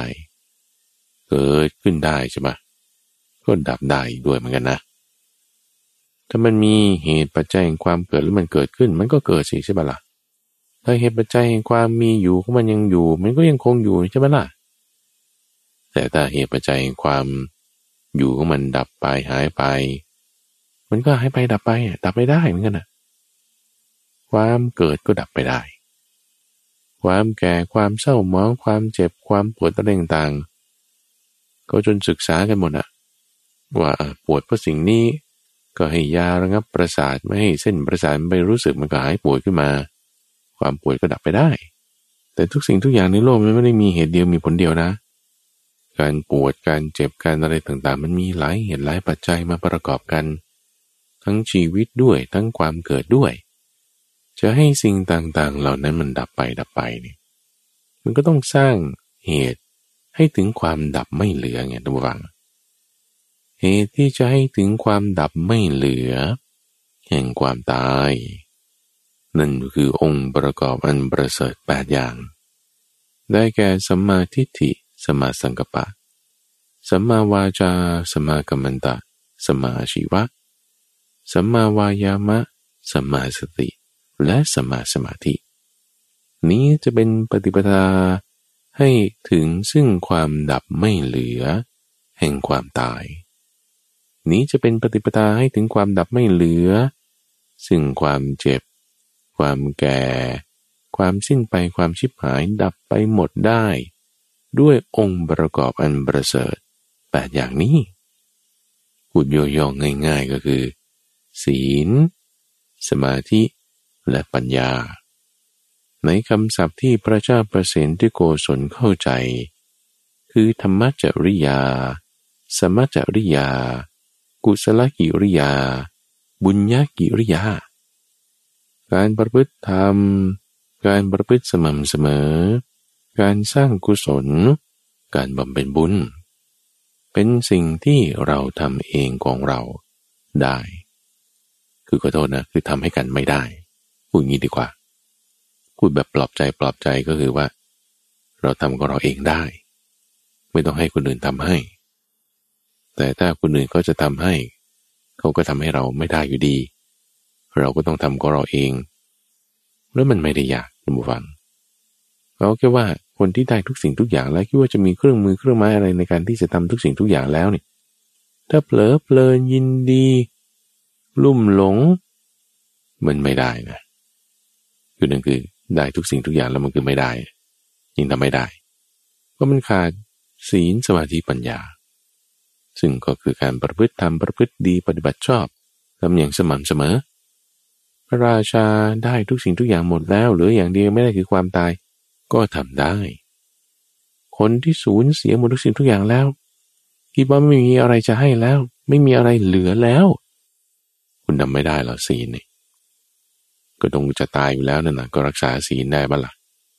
ใช่ไหมก็ดับได้ด้วยเหมือนกันนะถ้ามันมีเหตุปัจจัยแห่งความเกิดแล้วมันเกิดขึ้นมันก็เกิดสิใช่ไหมล่ะถ้าเหตุปัจจัยแห่งความมีอยู่ของมันยังอยู่มันก็ยังคงอยู่ใช่ไหมล่ะแต่ถ้าเหตุปัจจัยแห่งความอยู่ของมันดับไปหายไปมันก็หายไปดับไปดับไม่ได้เหมือนกันนะความเกิดก็ดับไปได้ความแก่ความเศร้าหมองความเจ็บความปวดอะไรต่างๆก็จนศึกษากันหมดอะว่าปวดเพราะสิ่งนี้ก็ให้ยาระงับประสาทไม่ให้เส้นประสาทไปรู้สึกมันก็หายปวดขึ้นมาความปวดก็ดับไปได้แต่ทุกสิ่งทุกอย่างในโลกมันไม่ได้มีเหตุเดียวมีผลเดียวนะการปวดการเจ็บการอะไรต่างๆมันมีหลายเหตุหลายปัจจัยมาประกอบกันทั้งชีวิตด้วยทั้งความเกิดด้วยจะให้สิ่งต่างๆเหล่านั้นมันดับไปนี่มันก็ต้องสร้างเหตุให้ถึงความดับไม่เหลือไงท่านผู้ฟังเหตุที่จะให้ถึงความดับไม่เหลือแห่งความตายนั่นคือองค์ประกอบอันประเสริฐ8อย่างได้แก่สัมมาทิฏฐิสัมมาสังกัปปะสัมมาวาจาสัมมากัมมันตะสัมมาอาชีวะสัมมาวายามะสัมมาสติและสัมมาสมาธินี้จะเป็นปฏิปทาให้ถึงซึ่งความดับไม่เหลือแห่งความตายนี้จะเป็นปฏิปทาให้ถึงความดับไม่เหลือซึ่งความเจ็บความแก่ความสิ้นไปความชิบหายดับไปหมดได้ด้วยองค์ประกอบอันประเสริฐ8อย่างนี้พูดย่อๆง่ายๆก็คือศีลสมาธิและปัญญาในคำศัพท์ที่พระเจ้าประสิทธิโกศลเข้าใจคือธรรมจริยาสมัจจริยากุศลกิริยาบุญญกิริยาการประพฤติธรรมการประพฤติสม่ำเสมอการสร้างกุศลการบำเพ็ญบุญเป็นสิ่งที่เราทำเองของเราได้คือขอโทษนะคือทำให้กันไม่ได้พูดงี้ดีกว่าพูดแบบปลอบใจก็คือว่าเราทำของเราเองได้ไม่ต้องให้คนอื่นทำให้แต่ถ้าคนอื่นเขาจะทำให้เขาก็ทำให้เราไม่ได้อยู่ดีเราก็ต้องทำของเราเองแล้วมันไม่ได้ยากคุณผู้ฟังเราแค่ว่าคนที่ได้ทุกสิ่งทุกอย่างแล้วคิดว่าจะมีเครื่องมือเครื่องไม้อะไรในการที่จะทำทุกสิ่งทุกอย่างแล้วนี่ถ้าเผลอเพลินยินดีลุ่มหลงมันไม่ได้นะคือนั่นคือได้ทุกสิ่งทุกอย่างแล้วมันคือไม่ได้ยิ่งทำไม่ได้เพราะมันขาดศีลสมาธิปัญญาซึ่งก็คือการประพฤติธรรมประพฤติดีปฏิบัติชอบทำอย่างสม่ำเสมอพระราชาได้ทุกสิ่งทุกอย่างหมดแล้วเหลืออย่างเดียวไม่ได้คือความตายก็ทำได้คนที่สูญเสียหมดทุกสิ่งทุกอย่างแล้วคิดว่าไม่มีอะไรจะให้แล้วไม่มีอะไรเหลือแล้วคุณทำไม่ได้หรอศีลนี่ก็ต้องจะตายอยู่แล้วนั่นนะก็รักษาศีลได้บ้างล่ะ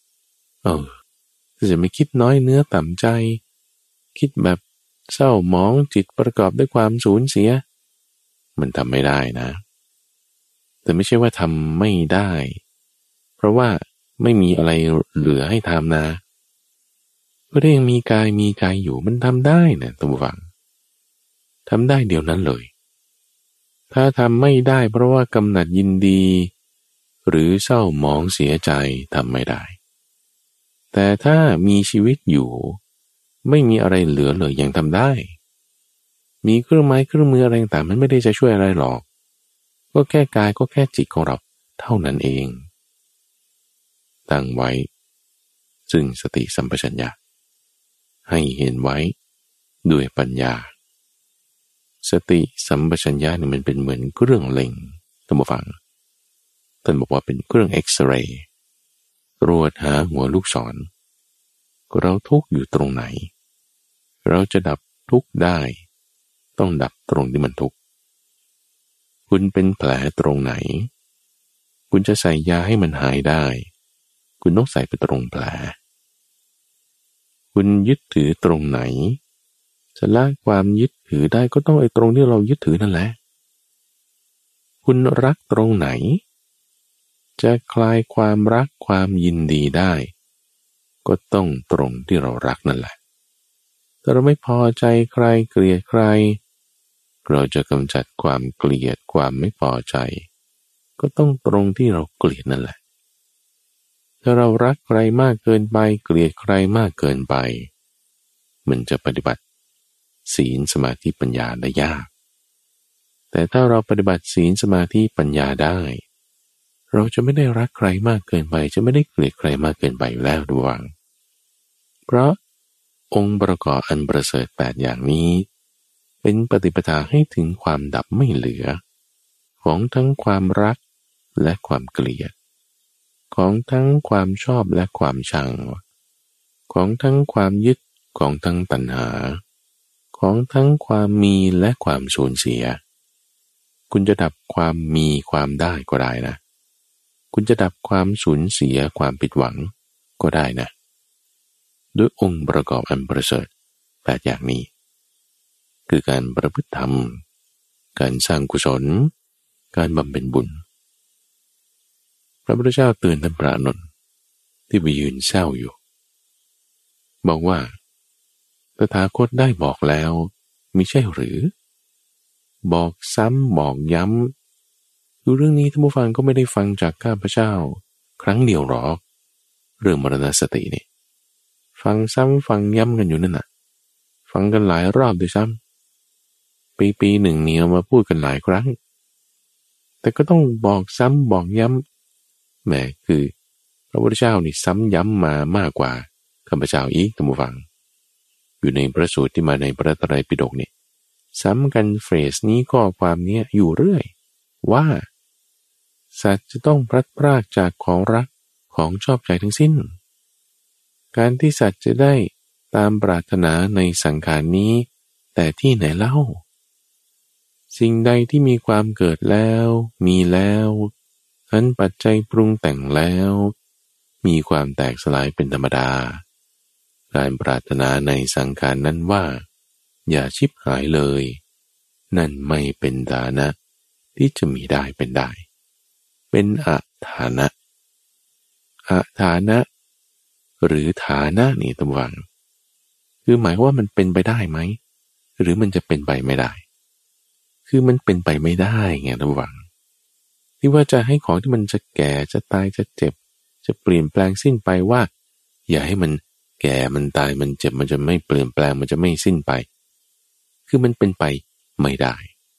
จะไม่คิดน้อยเนื้อต่ำใจคิดแบบเศร้าหมองจิตประกอบด้วยความสูญเสียมันทำไม่ได้นะแต่ไม่ใช่ว่าทำไม่ได้เพราะว่าไม่มีอะไรเหลือให้ทำนะก็ได้ยังมีกายอยู่มันทำได้นะท่านผู้ฟังทำได้เดี๋ยวนั้นเลยถ้าทำไม่ได้เพราะว่ากำหนัดยินดีหรือเศร้าหมองเสียใจทำไม่ได้แต่ถ้ามีชีวิตอยู่ไม่มีอะไรเหลือเลยยังทำได้มีเครื่องไม้เครื่องมืออะไรต่างๆมันไม่ได้จะช่วยอะไรหรอกก็แค่กายก็แค่จิตของเราเท่านั้นเองตั้งไว้ซึ่งสติสัมปชัญญะให้เห็นไว้ด้วยปัญญาสติสัมปชัญญะนี่มันเป็นเหมือนเครื่องเล็งท่านผู้ฟังท่านบอกว่าเป็นเครื่องเอ็กซเรย์ตรวจหาหัวลูกศรเราทุกข์อยู่ตรงไหนเราจะดับทุกข์ได้ต้องดับตรงที่มันทุกข์คุณเป็นแผลตรงไหนคุณจะใส่ยาให้มันหายได้คุณต้องใส่ไปตรงแผลคุณยึดถือตรงไหนจะละความยึดถือได้ก็ต้องไอ้ตรงที่เรายึดถือนั่นแหละคุณรักตรงไหนจะคลายความรักความยินดีได้ก็ต้องตรงที่เรารักนั่นแหละถ้าเราไม่พอใจใครเกลียดใครเราจะกำจัดความเกลียดความไม่พอใจก็ต้องตรงที่เราเกลียดนั่นแหละถ้าเรารักใครมากเกินไปเกลียดใครมากเกินไปมันจะปฏิบัติศีลสมาธิปัญญาได้ยากแต่ถ้าเราปฏิบัติศีลสมาธิปัญญาได้เราจะไม่ได้รักใครมากเกินไปจะไม่ได้เกลียดใครมากเกินไปอยู่แล้วระวังเพราะองค์ประกอบอันประเสริฐ8อย่างนี้เป็นปฏิปทาให้ถึงความดับไม่เหลือของทั้งความรักและความเกลียดของทั้งความชอบและความชังของทั้งความยึดของทั้งตัณหาของทั้งความมีและความสูญเสียคุณจะดับความมีความได้ก็ได้นะคุณจะดับความสูญเสียความผิดหวังก็ได้นะด้วยองค์ประกอบอันประเสริฐ8อย่างนี้คือการประพฤติธรรมการสร้างกุศลการบำเพ็ญบุญพระพุทธเจ้าเตือนท่านพระอานนท์ที่ไปยืนเศร้าอยู่บอกว่าตถาคตได้บอกแล้วมิใช่หรือบอกซ้ำบอกย้ำคือเรื่องนี้ท่านผู้ฟังก็ไม่ได้ฟังจากข้าพเจ้าครั้งเดียวหรอกเรื่องมรณสตินี่ฟังซ้ำฟังย้ำกันอยู่นั่นน่ะฟังกันหลายรอบด้วยซ้ำปีหนึ่งเนี่ยมาพูดกันหลายครั้งแต่ก็ต้องบอกซ้ำบอกย้ำแหมคือพระพุทธเจ้านี่ซ้ำย้ำมามากกว่าข้าพเจ้าอีกท่านผู้ฟังอยู่ในพระสูตรที่มาในพระไตรปิฎกนี่ซ้ำกันเฟรสนี้ข้อความนี้อยู่เรื่อยว่าสัตว์จะต้องพลัดพรากจากของรักของชอบใจทั้งสิ้นการที่สัตว์จะได้ตามปรารถนาในสังขารนี้แต่ที่ไหนเล่าสิ่งใดที่มีความเกิดแล้วมีแล้วอันปัจจัยปรุงแต่งแล้วมีความแตกสลายเป็นธรรมดาการปรารถนาในสังขารนั้นว่าอย่าชิบหายเลยนั่นไม่เป็นฐานะที่จะมีได้เป็นได้เป็นอฐานะอฐานะหรือฐานะนี่ตำวังคือหมายว่ามันเป็นไปได้ไหมหรือมันจะเป็นไปไม่ได้คือมันเป็นไปไม่ได้ไงตำวังที่ว่าจะให้ของที่มันจะแก่จะตายจะเจ็บจะเปลี่ยนแปลงสิ้นไปว่าอย่าให้มันแก่มันตายมันเจ็บมันจะไม่เปลี่ยนแปลงมันจะไม่สิ้นไปคือมันเป็นไปไม่ได้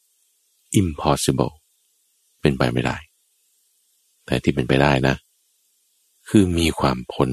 impossible เป็นไปไม่ได้แต่ที่เป็นไปได้นะคือมีความพ้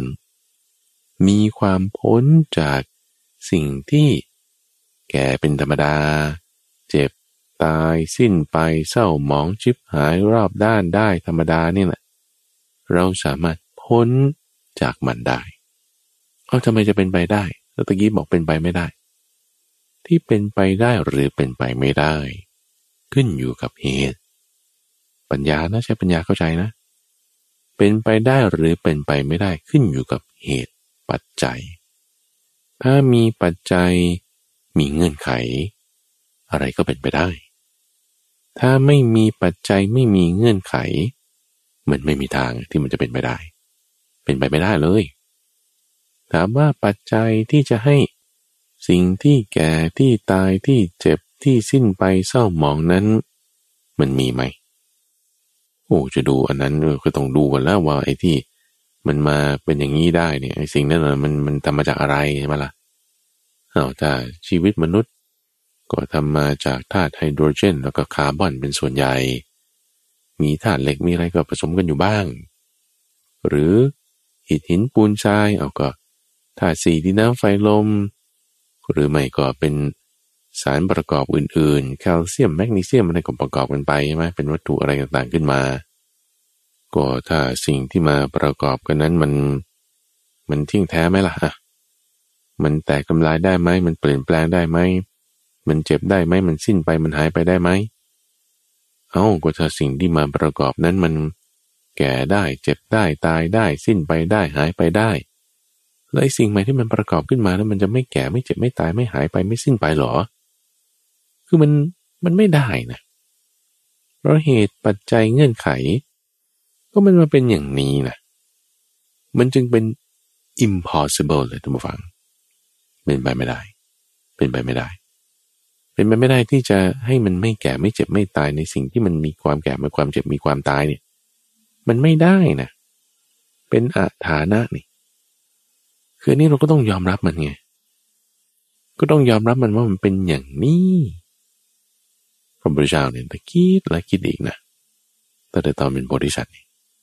นจากสิ่งที่แก่เป็นธรรมดาเจ็บตายสิ้นไปเศร้าหมองชิบหายรอบด้านได้ธรรมดานี่แหละเราสามารถพ้นจากมันได้ทำไมจะเป็นไปได้แล้วตะกี้บอกเป็นไปไม่ได้ที่เป็นไปได้หรือเป็นไปไม่ได้ขึ้นอยู่กับเหตุปัญญานะใช้ปัญญาเข้าใจนะเป็นไปได้หรือเป็นไปไม่ได้ขึ้นอยู่กับเหตุปัจจัยถ้ามีปัจจัยมีเงื่อนไขอะไรก็เป็นไปได้ถ้าไม่มีปัจจัยไม่มีเงื่อนไขมันไม่มีทางที่มันจะเป็นไปได้เป็นไปไม่ได้เลยถามว่าปัจจัยที่จะให้สิ่งที่แก่ที่ตายที่เจ็บที่สิ้นไปเศร้าหมองนั้นมันมีไหมจะดูอันนั้นก็ต้องดูกันแล้วว่าไอ้ที่มันมาเป็นอย่างนี้ได้เนี่ยไอ้สิ่งนั้นมันทำมาจากอะไรใช่ไหมล่ะถ้าชีวิตมนุษย์ก็ทำมาจากธาตุไฮโดรเจนแล้วก็คาร์บอนเป็นส่วนใหญ่มีธาตุเหล็กมีอะไรก็ผสมกันอยู่บ้างหรืออิฐหินปูนทรายก็ธาตุสี่ดินน้ำไฟลมหรือไม่ก็เป็นสารประกอบอื่นๆแคลเซียมแมกนีเซียมอะไรก็ประกอบกันไปใช่ไหมเป็นวัตถุอะไรต่างๆขึ้นมาก็ถ้าสิ่งที่มาประกอบกันนั้นมันเที่ยงแท้ไหมล่ะมันแตกทำลายได้ไหมมันเปลี่ยนแปลงได้ไหมมันเจ็บได้ไหมมันสิ้นไปมันหายไปได้ไหมก็ถ้าสิ่งที่มาประกอบนั้นมันแก่ได้เจ็บได้ตายได้สิ้นไปได้หายไปได้แล้วไอ้สิ่งใหม่ที่มันประกอบขึ้นมาแล้วมันจะไม่แก่ไม่เจ็บไม่ตายไม่หายไปไม่สิ้นไปหรอคือมันไม่ได้นะเพราะเหตุปัจจัยเงื่อนไขก็มันมาเป็นอย่างนี้นะมันจึงเป็น impossible เลยท่านผู้ฟังเป็นไปไม่ได้เป็นไปไม่ได้เป็นไปไม่ได้ที่จะให้มันไม่แก่ไม่เจ็บไม่ตายในสิ่งที่มันมีความแก่มีความเจ็บมีความตายเนี่ยมันไม่ได้นะเป็นอฐานะนี่คือนี่เราก็ต้องยอมรับมันไงก็ต้องยอมรับมันว่ามันเป็นอย่างนี้พระพุทธเจ้าเนี่ยตะคิดและคิดอีกนะแต่ตอนเป็นโพธิสัตว์นี่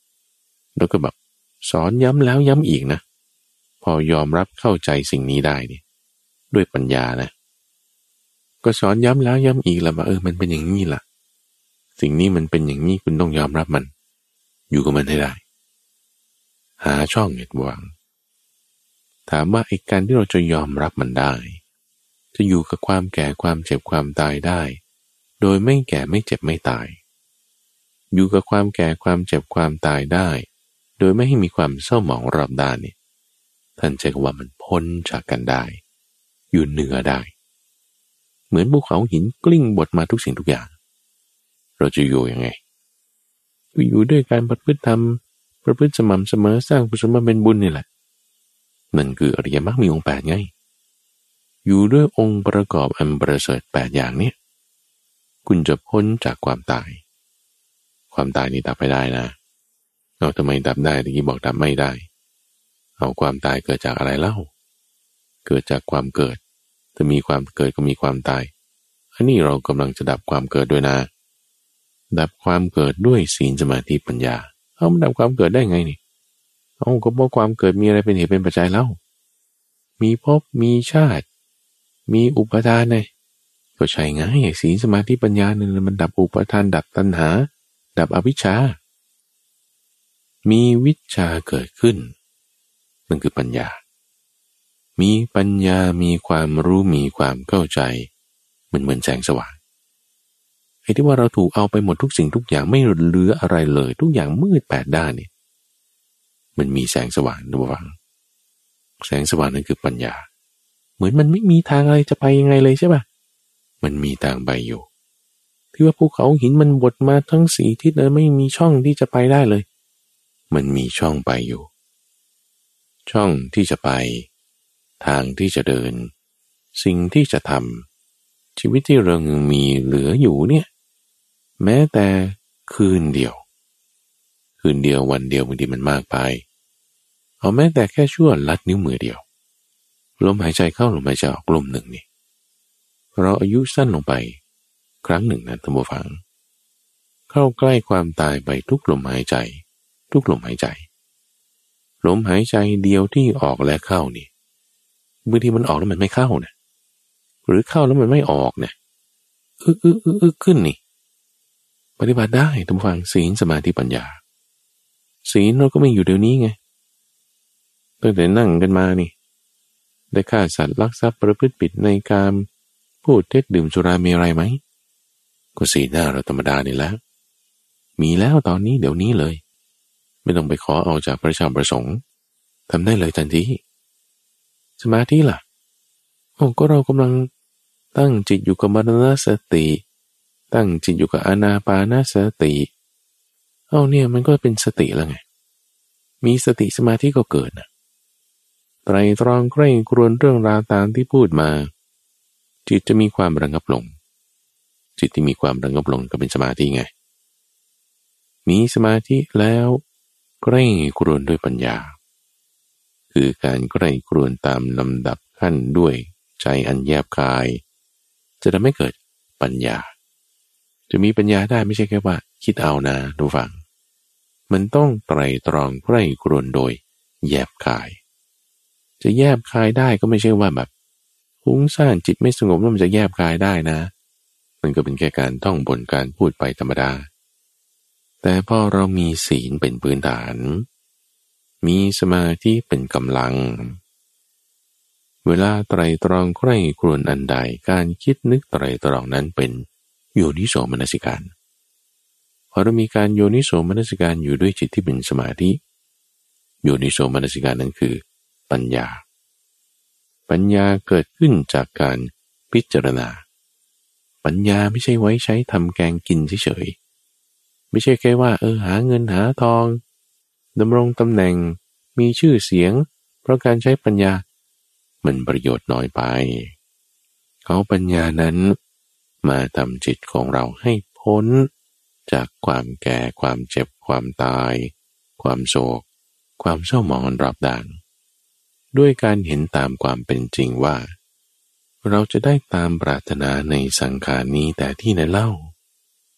แล้วก็แบบสอนย้ำแล้วย้ำอีกนะพอยอมรับเข้าใจสิ่งนี้ได้นี่ด้วยปัญญานะก็สอนย้ำแล้วย้ำอีกแล้วว่ามันเป็นอย่างนี้ล่ะสิ่งนี้มันเป็นอย่างนี้คุณต้องยอมรับมันอยู่กับมันให้ได้หาช่องเหตุวางถามว่าไอ้การที่เราจะยอมรับมันได้จะอยู่กับความแก่ความเจ็บความตายได้โดยไม่แก่ไม่เจ็บไม่ตายอยู่กับความแก่ความเจ็บความตายได้โดยไม่ให้มีความเศร้าหมองรอบด้านนี่ท่านใช้คำว่ามันพ้นจากกันได้อยู่เหนือได้เหมือนภูเขาหินกลิ้งบดมาทุกสิ่งทุกอย่างเราจะอยู่ยังไงอยู่ด้วยการประพฤติธรรมประพฤติสม่ำเสมอสร้างกุศลมาเป็นบุญนี่แหละนั่นคืออริยมรรคมีองค์8ไงอยู่ด้วยองค์ประกอบอันประเสริฐ8อย่างนี้คุณจะพ้นจากความตายความตายนี่ดับไปได้นะเอาทำไมดับได้ตะกี้บอกดับไม่ได้เอาความตายเกิดจากอะไรเล่าเกิดจากความเกิดถ้ามีความเกิดก็มีความตายอันนี้เรากำลังจะดับความเกิดด้วยนะดับความเกิดด้วยศีลสมาธิปัญญามันดับความเกิดได้ไงนี่ก็เพราะความเกิดมีอะไรเป็นเหตุเป็นปัจจัยเล่ามีภพมีชาติมีอุปทานไงก็ใช่ไงศีลสมาธิปัญญาเนี่ยมันดับอุปทานดับตัณหาดับอวิชชามีวิชชาเกิดขึ้นมันคือปัญญามีปัญญามีความรู้มีความเข้าใจมันเหมือนแสงสว่างไอ้ที่ว่าเราถูกเอาไปหมดทุกสิ่งทุกอย่างไม่เหลืออะไรเลยทุกอย่างมืด8ด้านนี่มันมีแสงสว่างดูบ้างแสงสว่างนั่นคือปัญญาเหมือนมันไม่มีทางอะไรจะไปยังไงเลยใช่ป่ะมันมีทางไปอยู่ที่ว่าภูเขาหินมันบดมาทั้ง4ทิศเลยไม่มีช่องที่จะไปได้เลยมันมีช่องไปอยู่ช่องที่จะไปทางที่จะเดินสิ่งที่จะทำชีวิตที่เรายังมีเหลืออยู่เนี่ยแม้แต่คืนเดียววันเดียวบางทีมันมากไปเอาแม้แต่แค่ชั่วลัดนิ้วมือเดียวลมหายใจเข้าลมหายใจออกลมหนึ่งนี่เราอายุสั้นลงไปครั้งหนึ่งนะท่านผู้ฟังเข้าใกล้ความตายไปทุกลมหายใจทุกลมหายใจลมหายใจเดียวที่ออกและเข้านี่บางทีมันออกแล้วมันไม่เข้านะหรือเข้าแล้วมันไม่ออกนะขึ้นนี่ปฏิบัติได้ท่านผู้ฟังศีลสมาธิปัญญาศีลเราก็ไม่อยู่เดี๋ยวนี้ไงตั้งแต่นั่งกันมานี่ได้ฆ่าสัตว์ลักทรัพย์ประพฤติผิดในกามพูดเท็จดื่มสุรามีอะไรไหมก็ศีลหน้าเราธรรมดานี่แล้วมีแล้วตอนนี้เดี๋ยวนี้เลยไม่ต้องไปขอเอาจากพระเจ้าประสงค์ทำได้เลยทันทีสมาธิล่ะก็เรากำลังตั้งจิตอยู่กับมรณสติตั้งจิตอยู่กับอานาปานสติเนี่ยมันก็เป็นสติแล้วไงมีสติสมาธิก็เกิดนะไตรตรองใคร่ครวญเรื่องราวตามที่พูดมาจิตจะมีความระงับลงจิตที่มีความระงับลงก็เป็นสมาธิไงมีสมาธิแล้วใคร่ครวญด้วยปัญญาคือการใคร่ครวญตามลำดับขั้นด้วยใจอันแยบคายจะทำให้เกิดปัญญาจะมีปัญญาได้ไม่ใช่แค่ว่าคิดเอานะดูฟังมันต้องไตรตรองใคร่ครวญโดยแยบคายจะแยบคายได้ก็ไม่ใช่ว่าแบบฟุ้งซ่านจิตไม่สงบแล้วมันจะแยบคายได้นะมันก็เป็นแค่การท่องบนการพูดไปธรรมดาแต่พอเรามีศีลเป็นพื้นฐานมีสมาธิเป็นกำลังเวลาไตรตรองใคร่ครวญอันใดการคิดนึกไตรตรองนั้นเป็นโยนิโสมนสิการพอเรามีการโยนิโสมนสิการอยู่ด้วยจิตที่เป็นสมาธิโยนิโสมนสิการนั้นคือปัญญาเกิดขึ้นจากการพิจารณาปัญญาไม่ใช่ไว้ใช้ทำแกงกินเฉยๆไม่ใช่แค่ว่าหาเงินหาทองดำรงตำแหน่งมีชื่อเสียงเพราะการใช้ปัญญามันประโยชน์น้อยไปเอาปัญญานั้นมาทำจิตของเราให้พ้นจากความแก่ความเจ็บความตายความโศกความเศร้าหมองรอบด้านด้วยการเห็นตามความเป็นจริงว่าเราจะได้ตามปรารถนาในสังขารนี้แต่ที่ไหนเล่า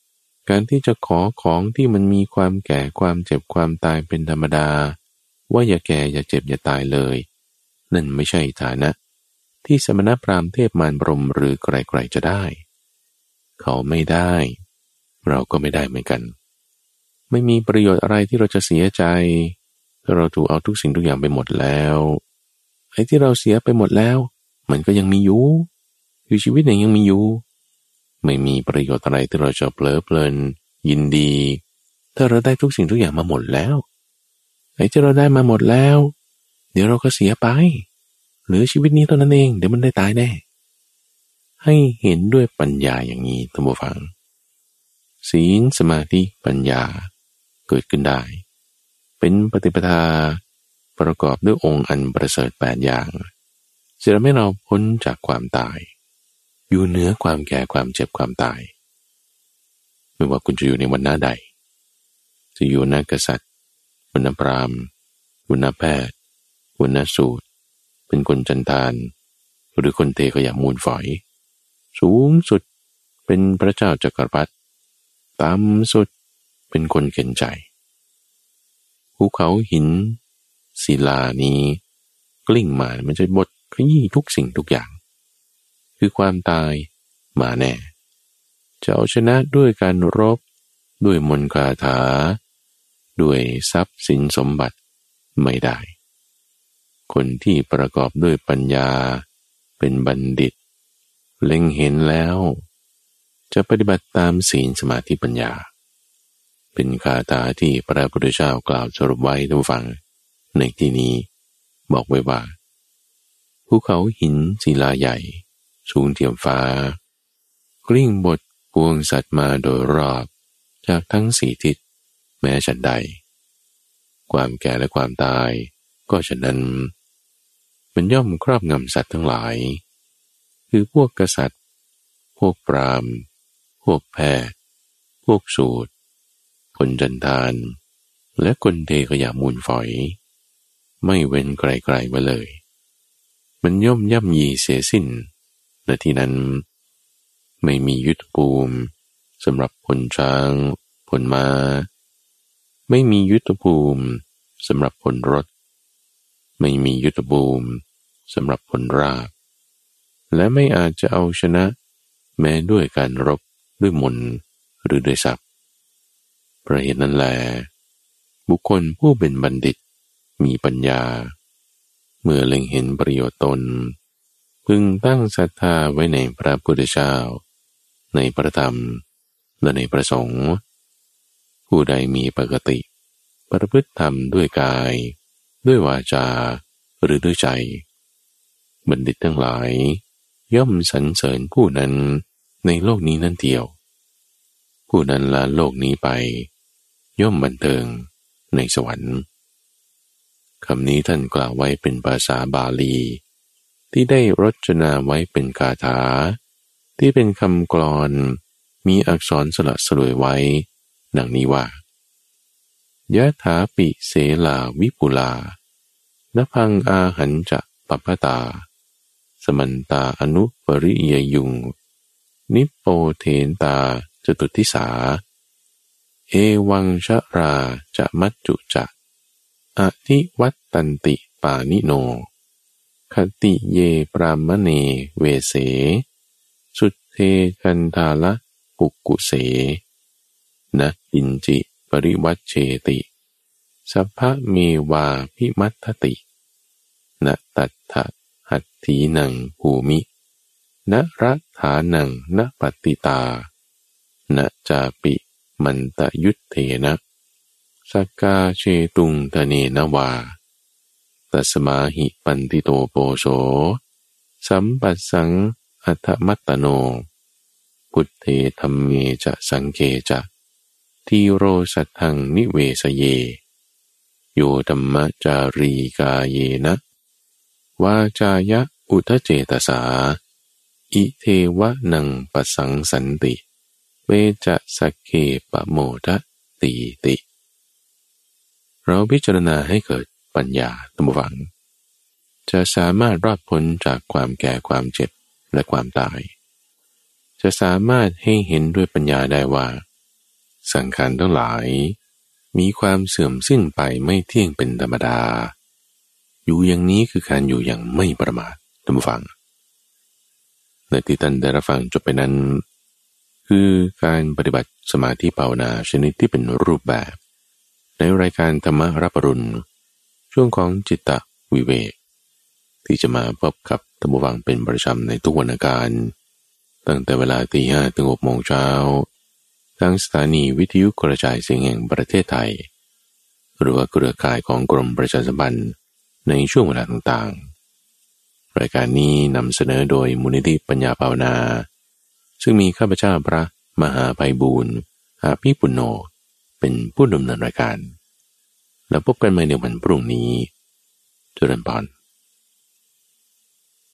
การที่จะขอของที่มันมีความแก่ความเจ็บความตายเป็นธรรมดาว่าอย่าแก่อย่าเจ็บอย่าตายเลยนั่นไม่ใช่ฐานะที่สมณพราหมณ์เทพมารบรมหรือใครๆจะได้เขาไม่ได้เราก็ไม่ได้เหมือนกันไม่มีประโยชน์อะไรที่เราจะเสียใจถ้าเราถูกเอาทุกสิ่งทุกอย่างไปหมดแล้วไอ้ที่เราเสียไปหมดแล้วมันก็ยังมีอยู่ชีวิตยังมีอยู่ไม่มีประโยชน์อะไรที่เราจะเพลิดเพลินยินดีถ้าเราได้ทุกสิ่งทุกอย่างมาหมดแล้วไอ้ที่เราได้มาหมดแล้วเดี๋ยวเราก็เสียไปเหลือชีวิตนี้เท่านั้นเองเดี๋ยวมันได้ตายแน่ให้เห็นด้วยปัญญาอย่างนี้ท่านผู้ฟังศีลสมาธิปัญญาเกิดขึ้นได้เป็นปฏิปทาประกอบด้วยองค์อันประเสริฐ8อย่างจะทำให้เราพ้นจากความตายอยู่เหนือความแก่ความเจ็บความตายไม่ว่าคุณจะอยู่ในวรรณะใดจะอยู่วรรณกษัตริย์วรรณพราหมณ์วรรณแพทย์วรรณสูตรเป็นคนจันทานหรือคนเทขยะมูลฝอยสูงสุดเป็นพระเจ้าจักรพรรดิต่ำสุดเป็นคนเข็นใจภูเขาหินศิลานี้กลิ้งมามันจะบดขยี้ทุกสิ่งทุกอย่างคือความตายมาแน่จะเอาชนะด้วยการรบด้วยมนต์คาถาด้วยทรัพย์สินสมบัติไม่ได้คนที่ประกอบด้วยปัญญาเป็นบัณฑิตเล็งเห็นแล้วจะปฏิบัติตามศีลสมาธิปัญญาเป็นคาถาที่พระพุทธเจ้ากล่าวสรุปไว้ท่านผู้ฟังในที่นี้บอกไว้ว่าภูเขาหินศิลาใหญ่สูงเทียมฟ้ากลิ้งบดพวงสัตว์มาโดยรอบจากทั้งสี่ทิศแม้ฉันใดความแก่และความตายก็ฉะนั้นมันย่อมครอบงำสัตว์ทั้งหลายคือพวกกษัตริย์พวกพราหมณ์พวกแพทย์พวกสูตรคนจันทานและคนเทขยะมูลฝอยไม่เว้นไกลๆมาเลยมันย่อมย่ำยีเสียสิ้นและที่นั้นไม่มียุทธภูมิสำหรับพลช้างพลม้าไม่มียุทธภูมิสำหรับพลรถไม่มียุทธภูมิสำหรับพลราบและไม่อาจจะเอาชนะแม้ด้วยการรบด้วยมนต์หรือด้วยทรัพย์เพราะเหตุนั้นแลบุคคลผู้เป็นบัณฑิตมีปัญญาเมื่อเล็งเห็นประโยชน์ตนพึงตั้งศรัทธาไว้ในพระพุทธเจ้าในพระธรรมและในพระสงฆ์ผู้ใดมีปกติประพฤติธรรมด้วยกายด้วยวาจาหรือด้วยใจบัณฑิตทั้งหลายย่อมสรรเสริญผู้นั้นในโลกนี้นั่นเดียวผู้นั้นละโลกนี้ไปย่อมบันเทิงในสวรรค์คำนี้ท่านกล่าวไว้เป็นภาษาบาลีที่ได้รจนาไว้เป็นคาถาที่เป็นคำกลอนมีอักษรสละสลวยไว้ดังนี้ว่ายะถาปิเสลาวิปุลานพังอาหันจะปัปปตาสมันตาอนุปริยยุงนิโปเทนตาจตุทิสาเอวังชราจะมัจจุจะอธิวัตตันติปานิโนคติเยปรามเนเวเสสุทเทกันทาละปุกกุเสนะอินจิปริวัชเชติสัพพะเมวาพิมัตถตินะตัตถะหัตถีนังภูมินะรัฐานังนะปฏิตานะจาปิมันตยุทเทนะสกาเชตุงทเนนวาตัสมาหิปันติโตโปโสสัมปัสสังอัตถมัตตโนพุทเทธัมเมจะสังเกจะทีโรสัทธังนิเวสเยโยธัมมจารีกาเยนะวาจายะอุทเจตสาอิเทวะนังปสังสันติเวจะสักเคปะโมทะตีติเราพิจารณาให้เกิดปัญญาตั้งหวังจะสามารถรอดพ้นจากความแก่ความเจ็บและความตายจะสามารถให้เห็นด้วยปัญญาได้ว่าสังขารทั้งหลายมีความเสื่อมสิ้นไปไม่เที่ยงเป็นธรรมดาอยู่อย่างนี้คือการอยู่อย่างไม่ประมาทท่านผู้ฟังในที่ท่านได้รับฟังจบไปนั้นคือการปฏิบัติสมาธิภาวนาชนิดที่เป็นรูปแบบในรายการธรรมรับอรุณช่วงของจิตตวิเวกที่จะมาพบกับท่านผู้ฟังเป็นประจำในทุกวันอังคารตั้งแต่เวลา 5:00 ถึง 6:00 น.ทางสถานีวิทยุกระจายเสียงแห่งประเทศไทยหรือว่าเครือข่ายของกรมประชาสัมพันธ์ในช่วงเวลาต่างๆรายการนี้นำเสนอโดยมูลนิธิปัญญาภาวนาซึ่งมีข้าพเจ้าพระมหาไพบูลย์อาภิปุณโญเป็นผู้ดำเนินรายการแล้วพบกันใหม่ในวันพรุ่งนี้เจริญพร